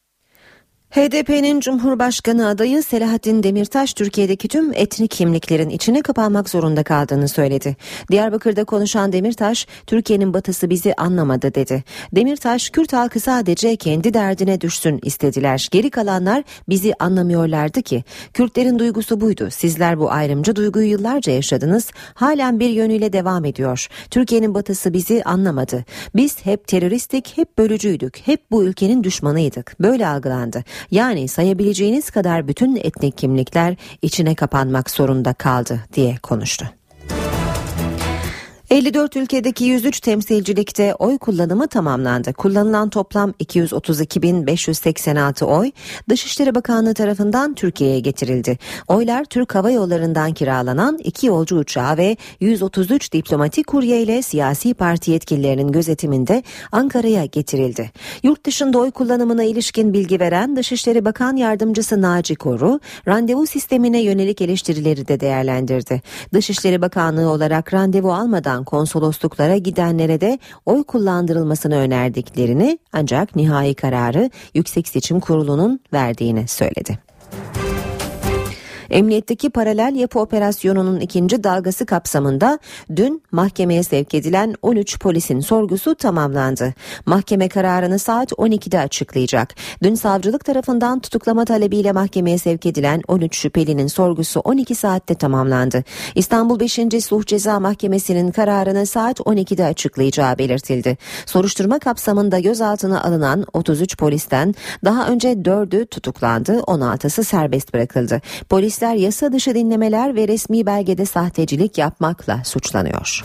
H D P'nin Cumhurbaşkanı adayı Selahattin Demirtaş, Türkiye'deki tüm etnik kimliklerin içine kapanmak zorunda kaldığını söyledi. Diyarbakır'da konuşan Demirtaş, Türkiye'nin batısı bizi anlamadı dedi. Demirtaş, Kürt halkı sadece kendi derdine düşsün istediler. Geri kalanlar bizi anlamıyorlardı ki. Kürtlerin duygusu buydu. Sizler bu ayrımcı duyguyu yıllarca yaşadınız. Halen bir yönüyle devam ediyor. Türkiye'nin batısı bizi anlamadı. Biz hep teröristtik, hep bölücüydük, hep bu ülkenin düşmanıydık. Böyle algılandı. Yani sayabileceğiniz kadar bütün etnik kimlikler içine kapanmak zorunda kaldı diye konuştu. elli dört ülkedeki yüz üç temsilcilikte oy kullanımı tamamlandı. Kullanılan toplam iki yüz otuz iki bin beş yüz seksen altı oy Dışişleri Bakanlığı tarafından Türkiye'ye getirildi. Oylar Türk Hava Yolları'ndan kiralanan iki yolcu uçağı ve yüz otuz üç diplomatik kurye ile siyasi parti yetkililerinin gözetiminde Ankara'ya getirildi. Yurt dışında oy kullanımına ilişkin bilgi veren Dışişleri Bakan Yardımcısı Naci Koru, randevu sistemine yönelik eleştirileri de değerlendirdi. Dışişleri Bakanlığı olarak randevu almadan konsolosluklara gidenlere de oy kullandırılmasını önerdiklerini, ancak nihai kararı Yüksek Seçim Kurulu'nun verdiğini söyledi. Emniyetteki paralel yapı operasyonunun ikinci dalgası kapsamında dün mahkemeye sevk edilen on üç polisin sorgusu tamamlandı. Mahkeme kararını saat on ikide açıklayacak. Dün savcılık tarafından tutuklama talebiyle mahkemeye sevk edilen on üç şüphelinin sorgusu on iki saatte tamamlandı. İstanbul beşinci Sulh Ceza Mahkemesi'nin kararını saat on ikide açıklayacağı belirtildi. Soruşturma kapsamında gözaltına alınan otuz üç polisten daha önce dördü tutuklandı, on altısı serbest bırakıldı. Polis yasa dışı dinlemeler ve resmi belgede sahtecilik yapmakla suçlanıyor.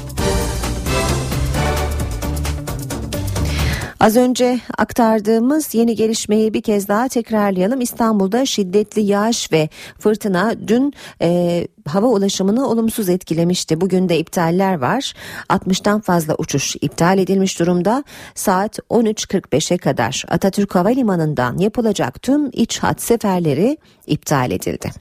Az önce aktardığımız yeni gelişmeyi bir kez daha tekrarlayalım. İstanbul'da şiddetli yağış ve fırtına dün e, hava ulaşımını olumsuz etkilemişti. Bugün de iptaller var. altmıştan fazla uçuş iptal edilmiş durumda. Saat on üç kırk beşe kadar Atatürk Havalimanı'ndan yapılacak tüm iç hat seferleri iptal edildi.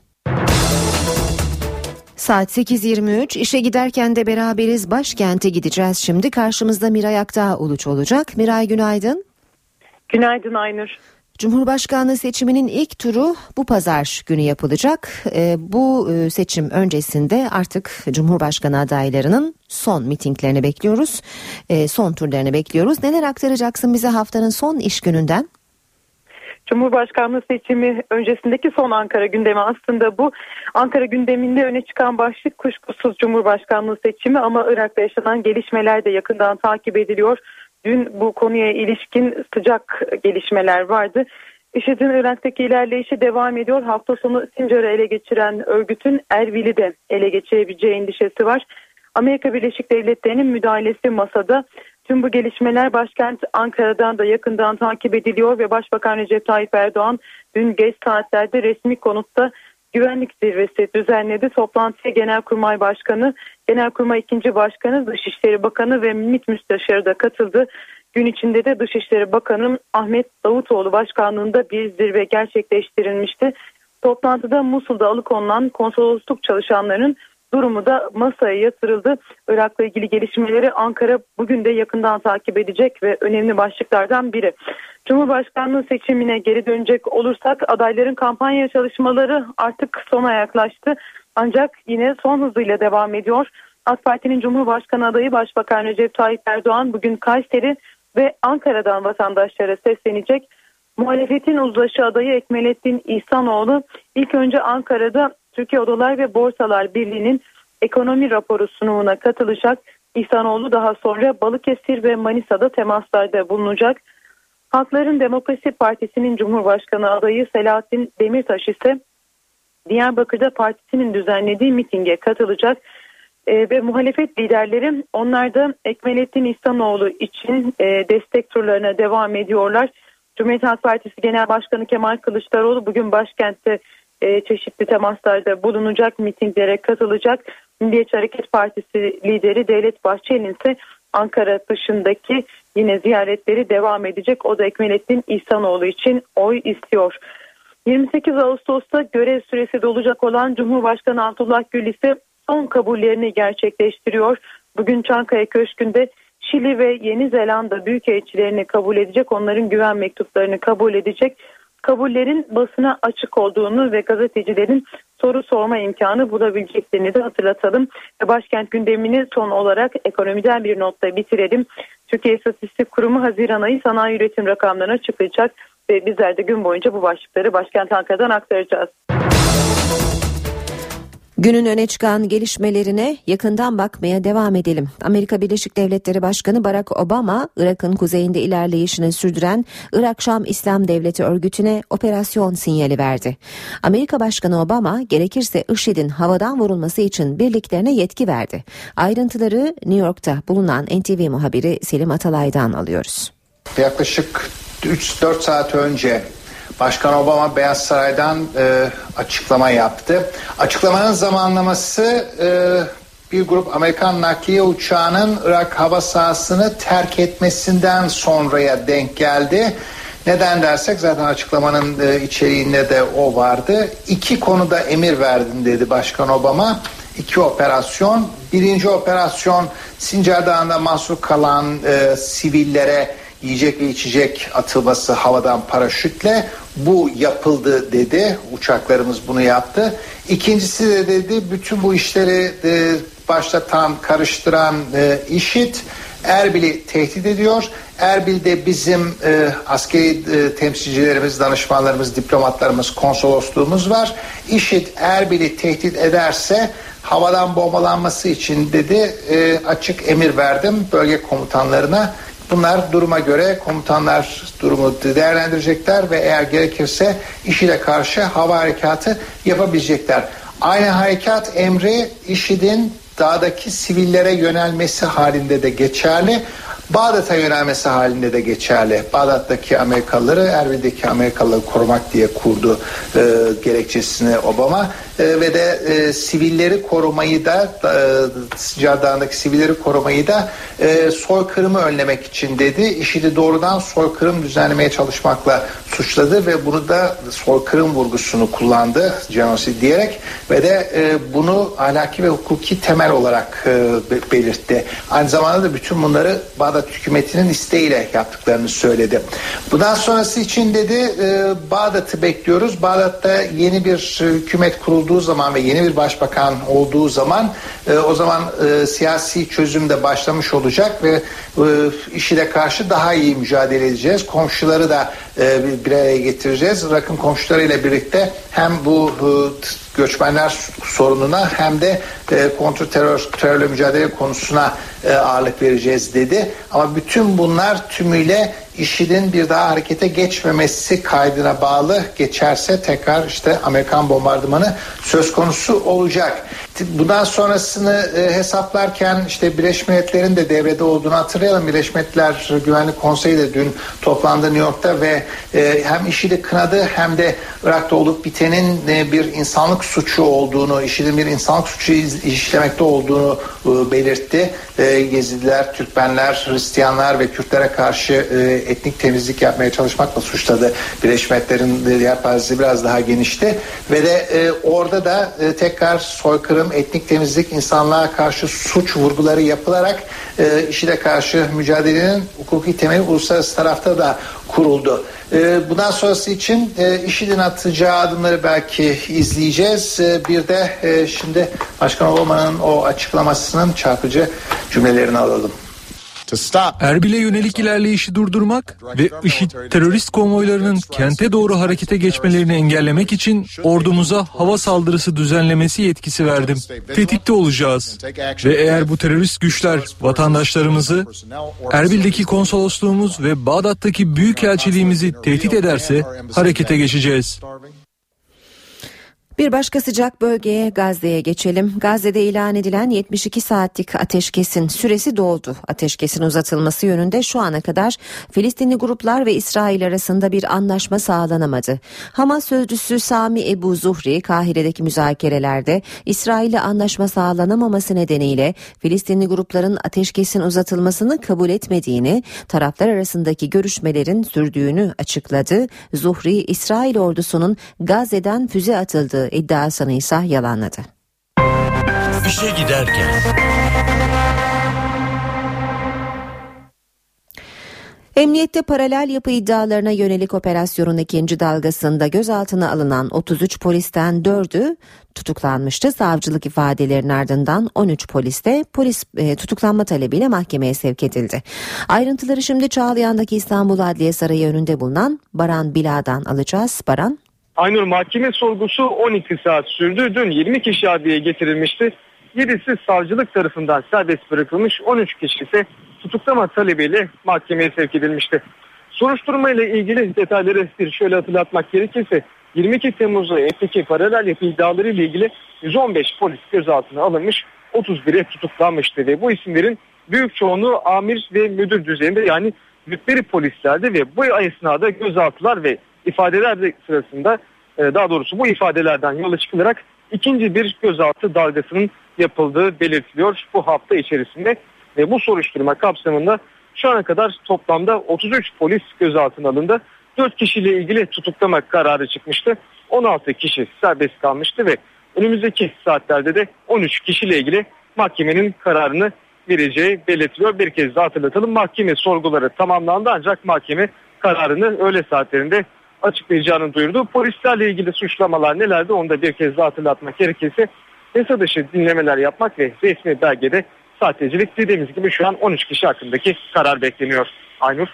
Saat sekiz yirmi üç, işe giderken de beraberiz, başkente gideceğiz şimdi. Karşımızda Miray Aktağ Uluç olacak. Miray, günaydın. Günaydın Aynur. Cumhurbaşkanlığı seçiminin ilk turu bu pazar günü yapılacak. E, bu e, seçim öncesinde artık Cumhurbaşkanı adaylarının son mitinglerini bekliyoruz. E, son turlarını bekliyoruz. Neler aktaracaksın bize haftanın son iş gününden? Cumhurbaşkanlığı seçimi öncesindeki son Ankara gündemi aslında bu. Ankara gündeminde öne çıkan başlık kuşkusuz Cumhurbaşkanlığı seçimi, ama Irak'ta yaşanan gelişmeler de yakından takip ediliyor. Dün bu konuya ilişkin sıcak gelişmeler vardı. IŞİD'in Irak'taki ilerleyişi devam ediyor. Hafta sonu Sincar'ı ele geçiren örgütün Erbil'i de ele geçirebileceği endişesi var. Amerika Birleşik Devletleri'nin müdahalesi masada. Tüm bu gelişmeler başkent Ankara'dan da yakından takip ediliyor ve Başbakan Recep Tayyip Erdoğan dün geç saatlerde resmi konutta güvenlik zirvesi düzenledi. Toplantıya Genelkurmay Başkanı, Genelkurmay ikinci Başkanı, Dışişleri Bakanı ve MİT Müsteşarı da katıldı. Gün içinde de Dışişleri Bakanı Ahmet Davutoğlu başkanlığında bir zirve gerçekleştirilmişti. Toplantıda Musul'da alıkonulan konsolosluk çalışanlarının durumu da masaya yatırıldı. Irak'la ilgili gelişmeleri Ankara bugün de yakından takip edecek ve önemli başlıklardan biri. Cumhurbaşkanlığı seçimine geri dönecek olursak adayların kampanya çalışmaları artık sona yaklaştı. Ancak yine son hızıyla devam ediyor. AK Parti'nin Cumhurbaşkanı adayı Başbakan Recep Tayyip Erdoğan bugün Kayseri ve Ankara'dan vatandaşlara seslenecek. Muhalefetin uzlaşı adayı Ekmelettin İhsanoğlu ilk önce Ankara'da Türkiye Odalar ve Borsalar Birliği'nin ekonomi raporu sunumuna katılacak. İhsanoğlu daha sonra Balıkesir ve Manisa'da temaslarda bulunacak. Halkların Demokrasi Partisi'nin Cumhurbaşkanı adayı Selahattin Demirtaş ise Diyarbakır'da partisinin düzenlediği mitinge katılacak. E, ve muhalefet liderleri onlar da Ekmelettin İhsanoğlu için e, destek turlarına devam ediyorlar. Cumhuriyet Halk Partisi Genel Başkanı Kemal Kılıçdaroğlu bugün başkentte e, çeşitli temaslarda bulunacak, mitinglere katılacak. Milliyetçi Hareket Partisi lideri Devlet Bahçeli'nin ise Ankara dışındaki yine ziyaretleri devam edecek. O da Ekmelettin İhsanoğlu için oy istiyor. yirmi sekiz Ağustos'ta görev süresi dolacak olan Cumhurbaşkanı Abdullah Gül ise son kabullerini gerçekleştiriyor. Bugün Çankaya Köşkü'nde Şili ve Yeni Zelanda büyükelçilerini kabul edecek, onların güven mektuplarını kabul edecek. Kabullerin basına açık olduğunu ve gazetecilerin soru sorma imkanı bulabileceklerini de hatırlatalım. Başkent gündemini son olarak ekonomiden bir notla bitirelim. Türkiye İstatistik Kurumu Haziran ayı sanayi üretim rakamlarını açıklayacak ve bizler de gün boyunca bu başlıkları başkent Ankara'dan aktaracağız. Günün öne çıkan gelişmelerine yakından bakmaya devam edelim. Amerika Birleşik Devletleri Başkanı Barack Obama, Irak'ın kuzeyinde ilerleyişini sürdüren Irak Şam İslam Devleti örgütüne operasyon sinyali verdi. Amerika Başkanı Obama, gerekirse IŞİD'in havadan vurulması için birliklerine yetki verdi. Ayrıntıları New York'ta bulunan N T V muhabiri Selim Atalay'dan alıyoruz. Yaklaşık üç dört saat önce Başkan Obama Beyaz Saray'dan e, açıklama yaptı. Açıklamanın zamanlaması e, bir grup Amerikan nakliye uçağının Irak hava sahasını terk etmesinden sonraya denk geldi. Neden dersek zaten açıklamanın e, içeriğinde de o vardı. İki konuda emir verdim dedi Başkan Obama. İki operasyon. Birinci operasyon Sincar Dağı'nda mahsur kalan e, sivillere yiyecek ve içecek atılması havadan paraşütle, bu yapıldı dedi. Uçaklarımız bunu yaptı. İkincisi de dedi bütün bu işleri e, başlatan, karıştıran e, IŞİD Erbil'i tehdit ediyor. Erbil'de bizim e, askeri e, temsilcilerimiz, danışmanlarımız, diplomatlarımız, konsolosluğumuz var. IŞİD Erbil'i tehdit ederse havadan bombalanması için dedi e, açık emir verdim bölge komutanlarına. Bunlar duruma göre komutanlar durumu değerlendirecekler ve eğer gerekirse IŞİD'e karşı hava harekatı yapabilecekler. Aynı harekat emri IŞİD'in dağdaki sivillere yönelmesi halinde de geçerli. Bağdat'a yönelmesi halinde de geçerli. Bağdat'taki Amerikalıları Erbil'deki Amerikalıları korumak diye kurdu e, gerekçesini Obama. E, ve de e, sivilleri korumayı da e, Sincar Dağı'ndaki sivilleri korumayı da e, soykırımı önlemek için dedi. IŞİD'i doğrudan soykırım düzenlemeye çalışmakla suçladı ve bunu da soykırım vurgusunu kullandı, genosid diyerek ve de e, bunu ahlaki ve hukuki temel olarak e, belirtti. Aynı zamanda da bütün bunları Bağdat hükümetinin isteğiyle yaptıklarını söyledi. Bundan sonrası için dedi e, Bağdat'ı bekliyoruz. Bağdat'ta yeni bir hükümet kurulduğu zaman ve yeni bir başbakan olduğu zaman e, o zaman e, siyasi çözüm de başlamış olacak ve e, IŞİD'e karşı daha iyi mücadele edeceğiz. Komşuları da e, bir araya getireceğiz. Irak'ın komşularıyla birlikte hem bu e, göçmenler sorununa hem de e, kontra terör terörle mücadele konusuna e, ağırlık vereceğiz dedi. Ama bütün bunlar tümüyle IŞİD'in bir daha harekete geçmemesi kaydına bağlı. Geçerse tekrar işte Amerikan bombardımanı söz konusu olacak. Bundan sonrasını e, hesaplarken işte Birleşmiş Milletler'in de devrede olduğunu hatırlayalım. Birleşmiş Milletler Güvenlik Konseyi de dün toplandı New York'ta ve e, hem IŞİD'i kınadı hem de Irak'ta olup bitenin e, bir insanlık suçu olduğunu, IŞİD'in bir insanlık suçu işlemekte olduğunu e, belirtti. E, Yezidiler, Türkmenler, Hristiyanlar ve Kürtlere karşı e, etnik temizlik yapmaya çalışmakla suçladı. Birleşmiş Milletler'in yelpazesi biraz daha genişti ve de e, orada da e, tekrar soykırım, etnik temizlik, insanlığa karşı suç vurguları yapılarak e, IŞİD'e karşı mücadelenin hukuki temeli uluslararası tarafta da kuruldu. E, bundan sonrası için e, IŞİD'in atacağı adımları belki izleyeceğiz. E, bir de e, şimdi Başkan Obama'nın o açıklamasının çarpıcı cümlelerini alalım. Erbil'e yönelik ilerleyişi durdurmak ve IŞİD terörist konvoylarının kente doğru harekete geçmelerini engellemek için ordumuza hava saldırısı düzenlemesi yetkisi verdim. Tetikte olacağız ve eğer bu terörist güçler vatandaşlarımızı, Erbil'deki konsolosluğumuz ve Bağdat'taki büyükelçiliğimizi tehdit ederse harekete geçeceğiz. Bir başka sıcak bölgeye, Gazze'ye geçelim. Gazze'de ilan edilen yetmiş iki saatlik ateşkesin süresi doldu. Ateşkesin uzatılması yönünde şu ana kadar Filistinli gruplar ve İsrail arasında bir anlaşma sağlanamadı. Hamas sözcüsü Sami Ebu Zuhri, Kahire'deki müzakerelerde İsrail'le anlaşma sağlanamaması nedeniyle Filistinli grupların ateşkesin uzatılmasını kabul etmediğini, taraflar arasındaki görüşmelerin sürdüğünü açıkladı. Zuhri, İsrail ordusunun Gazze'den füze atıldığı iddiasını ise yalanladı. İşe giderken. Emniyette paralel yapı iddialarına yönelik operasyonun ikinci dalgasında gözaltına alınan otuz üç polisten dördü tutuklanmıştı. Savcılık ifadelerinin ardından on üç polis de polis e, tutuklanma talebiyle mahkemeye sevk edildi. Ayrıntıları şimdi Çağlayan'daki İstanbul Adliye Sarayı önünde bulunan Baran Bila'dan alacağız. Baran. Aynur, mahkeme sorgusu on iki saat sürdü. Dün yirmi kişi adliyeye getirilmişti. yedisi savcılık tarafından serbest bırakılmış, on üç kişi ise tutuklama talebiyle mahkemeye sevk edilmişti. Soruşturma ile ilgili detayları bir şöyle hatırlatmak gerekirse yirmi iki Temmuz'da efteki paralel yapı iddiaları ile ilgili yüz on beş polis gözaltına alınmış, otuz biri tutuklanmıştı ve bu isimlerin büyük çoğunluğu amir ve müdür düzeyinde, yani rütbeli polislerdi ve bu esnada gözaltılar ve ifadeler sırasında, daha doğrusu bu ifadelerden yola çıkılarak ikinci bir gözaltı dalgasının yapıldığı belirtiliyor bu hafta içerisinde. Ve bu soruşturma kapsamında şu ana kadar toplamda otuz üç polis gözaltına alındı. dört kişiyle ilgili tutuklama kararı çıkmıştı. on altı kişi serbest kalmıştı ve önümüzdeki saatlerde de on üç kişiyle ilgili mahkemenin kararını vereceği belirtiliyor. Bir kez daha hatırlatalım, mahkeme sorguları tamamlandı ancak mahkeme kararını öğle saatlerinde açıklayacağını duyurdu. Polislerle ilgili suçlamalar nelerdi onu da bir kez daha hatırlatmak gerekirse yasa dışı dinlemeler yapmak ve resmi belgede sahtecilik. Dediğimiz gibi şu an on üç kişi hakkındaki karar bekleniyor. Aynur.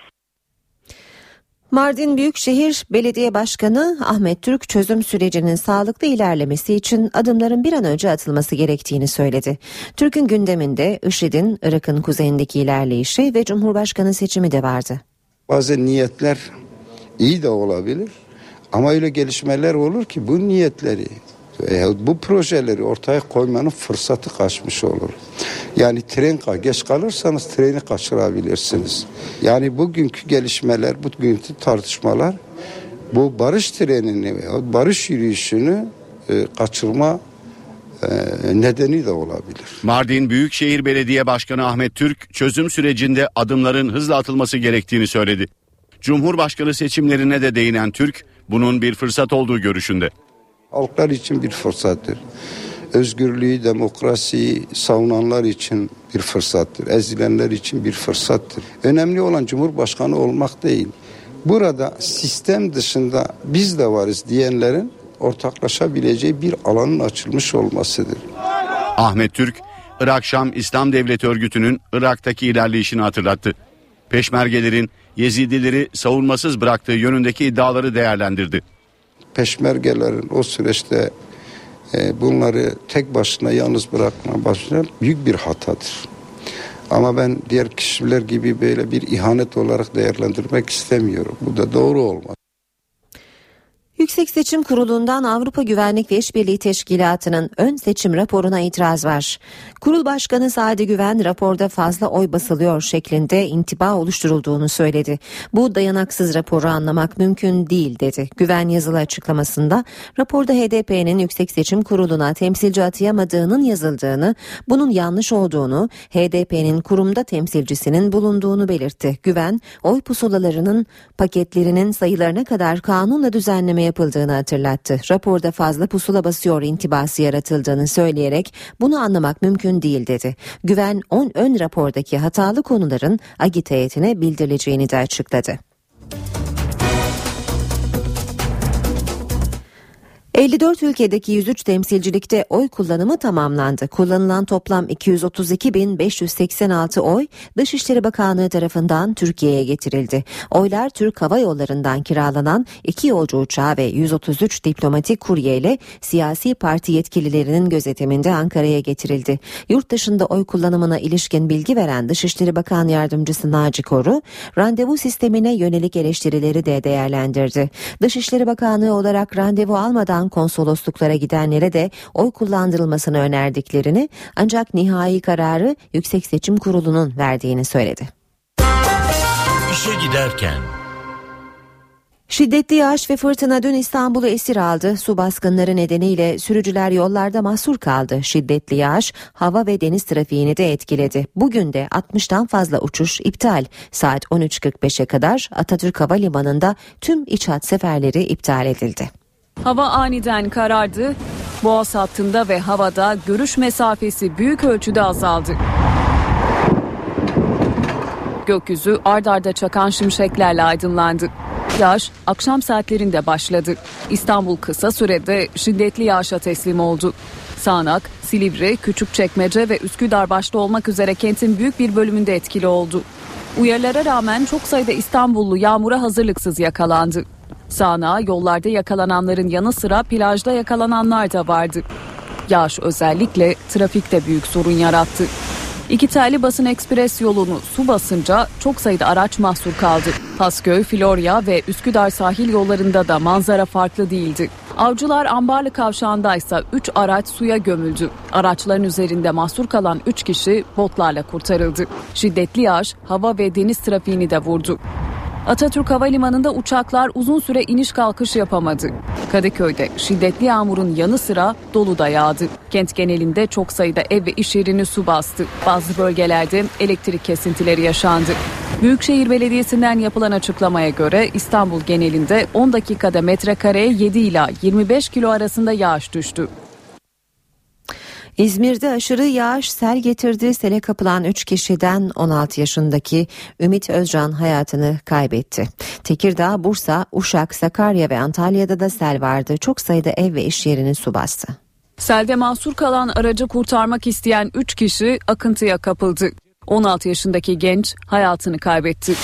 Mardin Büyükşehir Belediye Başkanı Ahmet Türk çözüm sürecinin sağlıklı ilerlemesi için adımların bir an önce atılması gerektiğini söyledi. Türk'ün gündeminde IŞİD'in Irak'ın kuzeyindeki ilerleyişi ve Cumhurbaşkanı seçimi de vardı. Bazı niyetler iyi de olabilir ama öyle gelişmeler olur ki bu niyetleri veyahut bu projeleri ortaya koymanın fırsatı kaçmış olur. Yani tren geç kalırsanız treni kaçırabilirsiniz. Yani bugünkü gelişmeler, bugünkü tartışmalar bu barış trenini veyahut barış yürüyüşünü e, kaçırma e, nedeni de olabilir. Mardin Büyükşehir Belediye Başkanı Ahmet Türk çözüm sürecinde adımların hızla atılması gerektiğini söyledi. Cumhurbaşkanı seçimlerine de değinen Türk bunun bir fırsat olduğu görüşünde. Halklar için bir fırsattır. Özgürlüğü, demokrasiyi savunanlar için bir fırsattır. Ezilenler için bir fırsattır. Önemli olan Cumhurbaşkanı olmak değil. Burada sistem dışında biz de varız diyenlerin ortaklaşabileceği bir alanın açılmış olmasıdır. Ahmet Türk, Irak Şam İslam Devleti örgütünün Irak'taki ilerleyişini hatırlattı. Peşmergelerin Yezidileri savunmasız bıraktığı yönündeki iddiaları değerlendirdi. Peşmergelerin o süreçte e, bunları tek başına yalnız bırakma başına büyük bir hatadır. Ama ben diğer kişiler gibi böyle bir ihanet olarak değerlendirmek istemiyorum. Bu da doğru olmaz. Yüksek Seçim Kurulu'ndan Avrupa Güvenlik ve İşbirliği Teşkilatı'nın ön seçim raporuna itiraz var. Kurul Başkanı Sadi Güven raporda fazla oy basılıyor şeklinde intiba oluşturulduğunu söyledi. Bu dayanaksız raporu anlamak mümkün değil dedi. Güven yazılı açıklamasında raporda H D P'nin Yüksek Seçim Kurulu'na temsilci atayamadığının yazıldığını, bunun yanlış olduğunu, H D P'nin kurumda temsilcisinin bulunduğunu belirtti. Güven, oy pusulalarının paketlerinin sayılarına kadar kanunla düzenleme yapıldığını hatırlattı. Raporda fazla pusula basıyor intibası yaratıldığını söyleyerek bunu anlamak mümkün değil dedi. Güven on ön rapordaki hatalı konuların Agit heyetine bildirileceğini de açıkladı. elli dört ülkedeki yüz üç temsilcilikte oy kullanımı tamamlandı. Kullanılan toplam iki yüz otuz iki bin beş yüz seksen altı oy Dışişleri Bakanlığı tarafından Türkiye'ye getirildi. Oylar Türk Hava Yolları'ndan kiralanan iki yolcu uçağı ve yüz otuz üç diplomatik kurye ile siyasi parti yetkililerinin gözetiminde Ankara'ya getirildi. Yurt dışında oy kullanımına ilişkin bilgi veren Dışişleri Bakan Yardımcısı Naci Koru, randevu sistemine yönelik eleştirileri de değerlendirdi. Dışişleri Bakanlığı olarak randevu almadan konsolosluklara gidenlere de oy kullandırılmasını önerdiklerini, ancak nihai kararı Yüksek Seçim Kurulu'nun verdiğini söyledi. İşe giderken. Şiddetli yağış ve fırtına dün İstanbul'u esir aldı. Su baskınları nedeniyle sürücüler yollarda mahsur kaldı. Şiddetli yağış hava ve deniz trafiğini de etkiledi. Bugün de altmıştan fazla uçuş iptal. Saat on üç kırk beşe kadar Atatürk Havalimanı'nda tüm iç hat seferleri iptal edildi. Hava aniden karardı. Boğaz hattında ve havada görüş mesafesi büyük ölçüde azaldı. Gökyüzü ard arda çakan şimşeklerle aydınlandı. Yağış akşam saatlerinde başladı. İstanbul kısa sürede şiddetli yağışa teslim oldu. Sağanak, Silivri, Küçükçekmece ve Üsküdar başta olmak üzere kentin büyük bir bölümünde etkili oldu. Uyarılara rağmen çok sayıda İstanbullu yağmura hazırlıksız yakalandı. Sağanağa yollarda yakalananların yanı sıra plajda yakalananlar da vardı. Yağış özellikle trafikte büyük sorun yarattı. İki telli basın ekspres yolunu su basınca çok sayıda araç mahsur kaldı. Pasköy, Florya ve Üsküdar sahil yollarında da manzara farklı değildi. Avcılar Ambarlı kavşağındaysa üç araç suya gömüldü. Araçların üzerinde mahsur kalan üç kişi botlarla kurtarıldı. Şiddetli yağış hava ve deniz trafiğini de vurdu. Atatürk Havalimanı'nda uçaklar uzun süre iniş kalkış yapamadı. Kadıköy'de şiddetli yağmurun yanı sıra dolu da yağdı. Kent genelinde çok sayıda ev ve iş yerini su bastı. Bazı bölgelerde elektrik kesintileri yaşandı. Büyükşehir Belediyesi'nden yapılan açıklamaya göre İstanbul genelinde on dakikada metrekareye yedi ila yirmi beş kilo arasında yağış düştü. İzmir'de aşırı yağış sel getirdi. Sele kapılan üç kişiden on altı yaşındaki Ümit Özcan hayatını kaybetti. Tekirdağ, Bursa, Uşak, Sakarya ve Antalya'da da sel vardı. Çok sayıda ev ve iş yerini su bastı. Selde mahsur kalan aracı kurtarmak isteyen üç kişi akıntıya kapıldı. on altı yaşındaki genç hayatını kaybetti.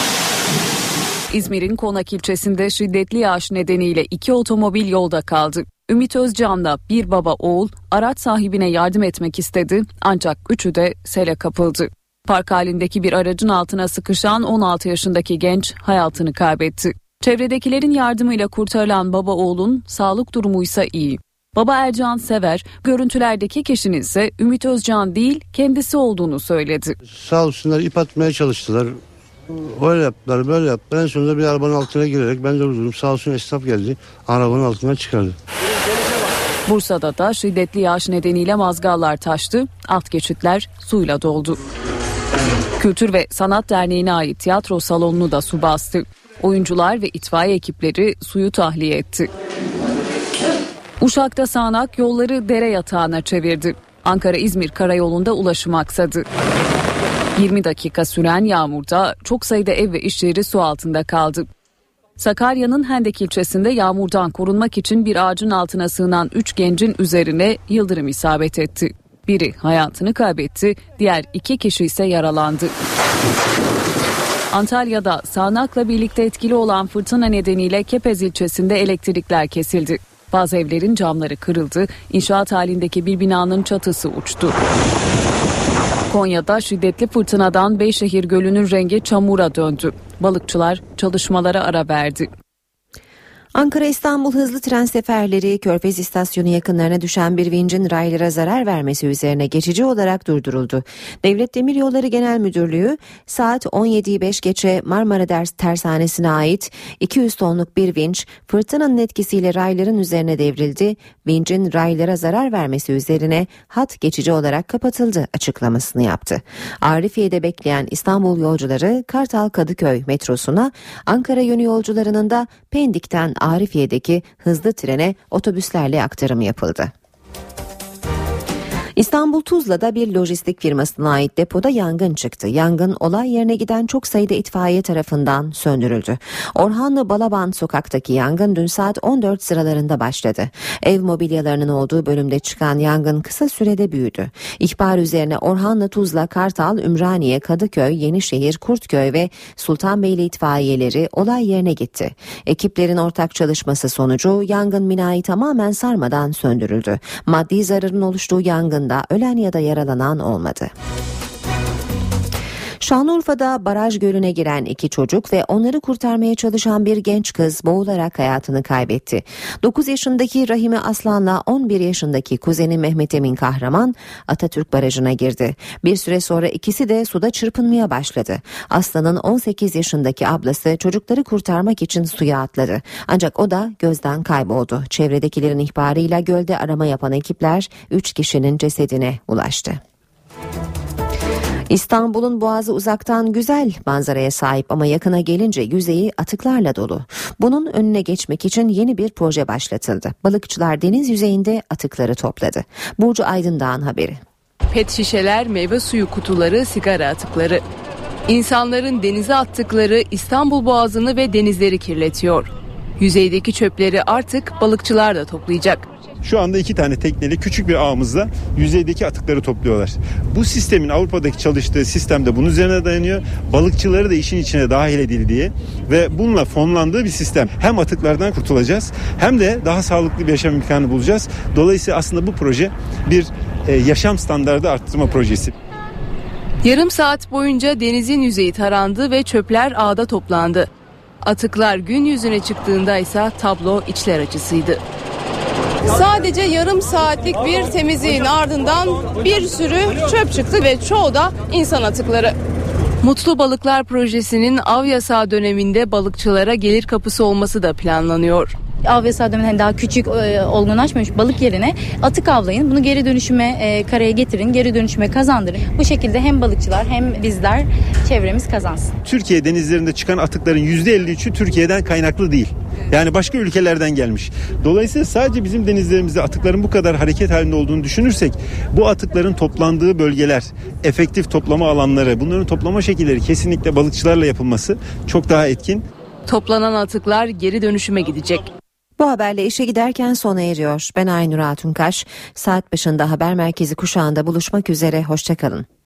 İzmir'in Konak ilçesinde şiddetli yağış nedeniyle iki otomobil yolda kaldı. Ümit Özcan'la bir baba oğul araç sahibine yardım etmek istedi ancak üçü de sele kapıldı. Park halindeki bir aracın altına sıkışan on altı yaşındaki genç hayatını kaybetti. Çevredekilerin yardımıyla kurtarılan baba oğulun sağlık durumu ise iyi. Baba Ercan Sever, görüntülerdeki kişinin ise Ümit Özcan değil kendisi olduğunu söyledi. Sağ olsunlar, ip atmaya çalıştılar. Öyle yaptılar, böyle yaptılar. En sonunda bir arabanın altına girerek ben de durdum. Sağ olsun esnaf geldi, arabanın altına çıkardı. Bursa'da da şiddetli yağış nedeniyle mazgallar taştı, alt geçitler suyla doldu. Kültür ve Sanat Derneği'ne ait tiyatro salonunu da su bastı. Oyuncular ve itfaiye ekipleri suyu tahliye etti. Uşak'ta sağanak yolları dere yatağına çevirdi. Ankara-İzmir karayolunda ulaşım aksadı. yirmi dakika süren yağmurda çok sayıda ev ve iş yeri su altında kaldı. Sakarya'nın Hendek ilçesinde yağmurdan korunmak için bir ağacın altına sığınan üç gencin üzerine yıldırım isabet etti. Biri hayatını kaybetti, diğer iki kişi ise yaralandı. Antalya'da sağanakla birlikte etkili olan fırtına nedeniyle Kepez ilçesinde elektrikler kesildi. Bazı evlerin camları kırıldı, inşaat halindeki bir binanın çatısı uçtu. Konya'da şiddetli fırtınadan Beyşehir Gölü'nün rengi çamura döndü. Balıkçılar çalışmalara ara verdi. Ankara-İstanbul hızlı tren seferleri Körfez İstasyonu yakınlarına düşen bir vincin raylara zarar vermesi üzerine geçici olarak durduruldu. Devlet Demiryolları Genel Müdürlüğü saat on yediyi beş geçe Marmara Ders Tersanesi'ne ait iki yüz tonluk bir vinç fırtınanın etkisiyle rayların üzerine devrildi. Vincin raylara zarar vermesi üzerine hat geçici olarak kapatıldı açıklamasını yaptı. Arifiye'de bekleyen İstanbul yolcuları Kartal Kadıköy metrosuna, Ankara yönü yolcularının da Pendik'ten Arifiye'deki hızlı trene otobüslerle aktarım yapıldı. İstanbul Tuzla'da bir lojistik firmasına ait depoda yangın çıktı. Yangın olay yerine giden çok sayıda itfaiye tarafından söndürüldü. Orhanlı Balaban sokaktaki yangın dün saat on dört sıralarında başladı. Ev mobilyalarının olduğu bölümde çıkan yangın kısa sürede büyüdü. İhbar üzerine Orhanlı, Tuzla, Kartal, Ümraniye, Kadıköy, Yenişehir, Kurtköy ve Sultanbeyli itfaiyeleri olay yerine gitti. Ekiplerin ortak çalışması sonucu yangın binayı tamamen sarmadan söndürüldü. Maddi zararın oluştuğu yangın ölen ya da yaralanan olmadı. Şanlıurfa'da baraj gölüne giren iki çocuk ve onları kurtarmaya çalışan bir genç kız boğularak hayatını kaybetti. dokuz yaşındaki Rahime Aslan'la on bir yaşındaki kuzeni Mehmet Emin Kahraman Atatürk Barajı'na girdi. Bir süre sonra ikisi de suda çırpınmaya başladı. Aslan'ın on sekiz yaşındaki ablası çocukları kurtarmak için suya atladı. Ancak o da gözden kayboldu. Çevredekilerin ihbarıyla gölde arama yapan ekipler üç kişinin cesedine ulaştı. İstanbul'un boğazı uzaktan güzel manzaraya sahip ama yakına gelince yüzeyi atıklarla dolu. Bunun önüne geçmek için yeni bir proje başlatıldı. Balıkçılar deniz yüzeyinde atıkları topladı. Burcu Aydındağ'ın haberi. Pet şişeler, meyve suyu kutuları, sigara atıkları. İnsanların denize attıkları İstanbul Boğazı'nı ve denizleri kirletiyor. Yüzeydeki çöpleri artık balıkçılar da toplayacak. Şu anda iki tane tekneli küçük bir ağımızla yüzeydeki atıkları topluyorlar. Bu sistemin Avrupa'daki çalıştığı sistem de bunun üzerine dayanıyor. Balıkçıları da işin içine dahil edildiği ve bununla fonlandığı bir sistem. Hem atıklardan kurtulacağız hem de daha sağlıklı bir yaşam imkanı bulacağız. Dolayısıyla aslında bu proje bir e, yaşam standardı arttırma projesi. Yarım saat boyunca denizin yüzeyi tarandı ve çöpler ağda toplandı. Atıklar gün yüzüne çıktığında ise tablo içler acısıydı. Sadece yarım saatlik bir temizliğin ardından bir sürü çöp çıktı ve çoğu da insan atıkları. Mutlu Balıklar Projesi'nin av yasağı döneminde balıkçılara gelir kapısı olması da planlanıyor. Av yasağı döneminde daha küçük e, olgunlaşmamış balık yerine atık avlayın. Bunu geri dönüşüme e, karaya getirin, geri dönüşüme kazandırın. Bu şekilde hem balıkçılar hem bizler çevremiz kazansın. Türkiye denizlerinde çıkan atıkların yüzde elli üçü Türkiye'den kaynaklı değil. Yani başka ülkelerden gelmiş. Dolayısıyla sadece bizim denizlerimizde atıkların bu kadar hareket halinde olduğunu düşünürsek bu atıkların toplandığı bölgeler, efektif toplama alanları, bunların toplama şekilleri kesinlikle balıkçılarla yapılması çok daha etkin. Toplanan atıklar geri dönüşüme gidecek. Bu haberle işe giderken sona eriyor. Ben Aynur Altunkaş. Saat başında haber merkezi kuşağında buluşmak üzere. Hoşçakalın.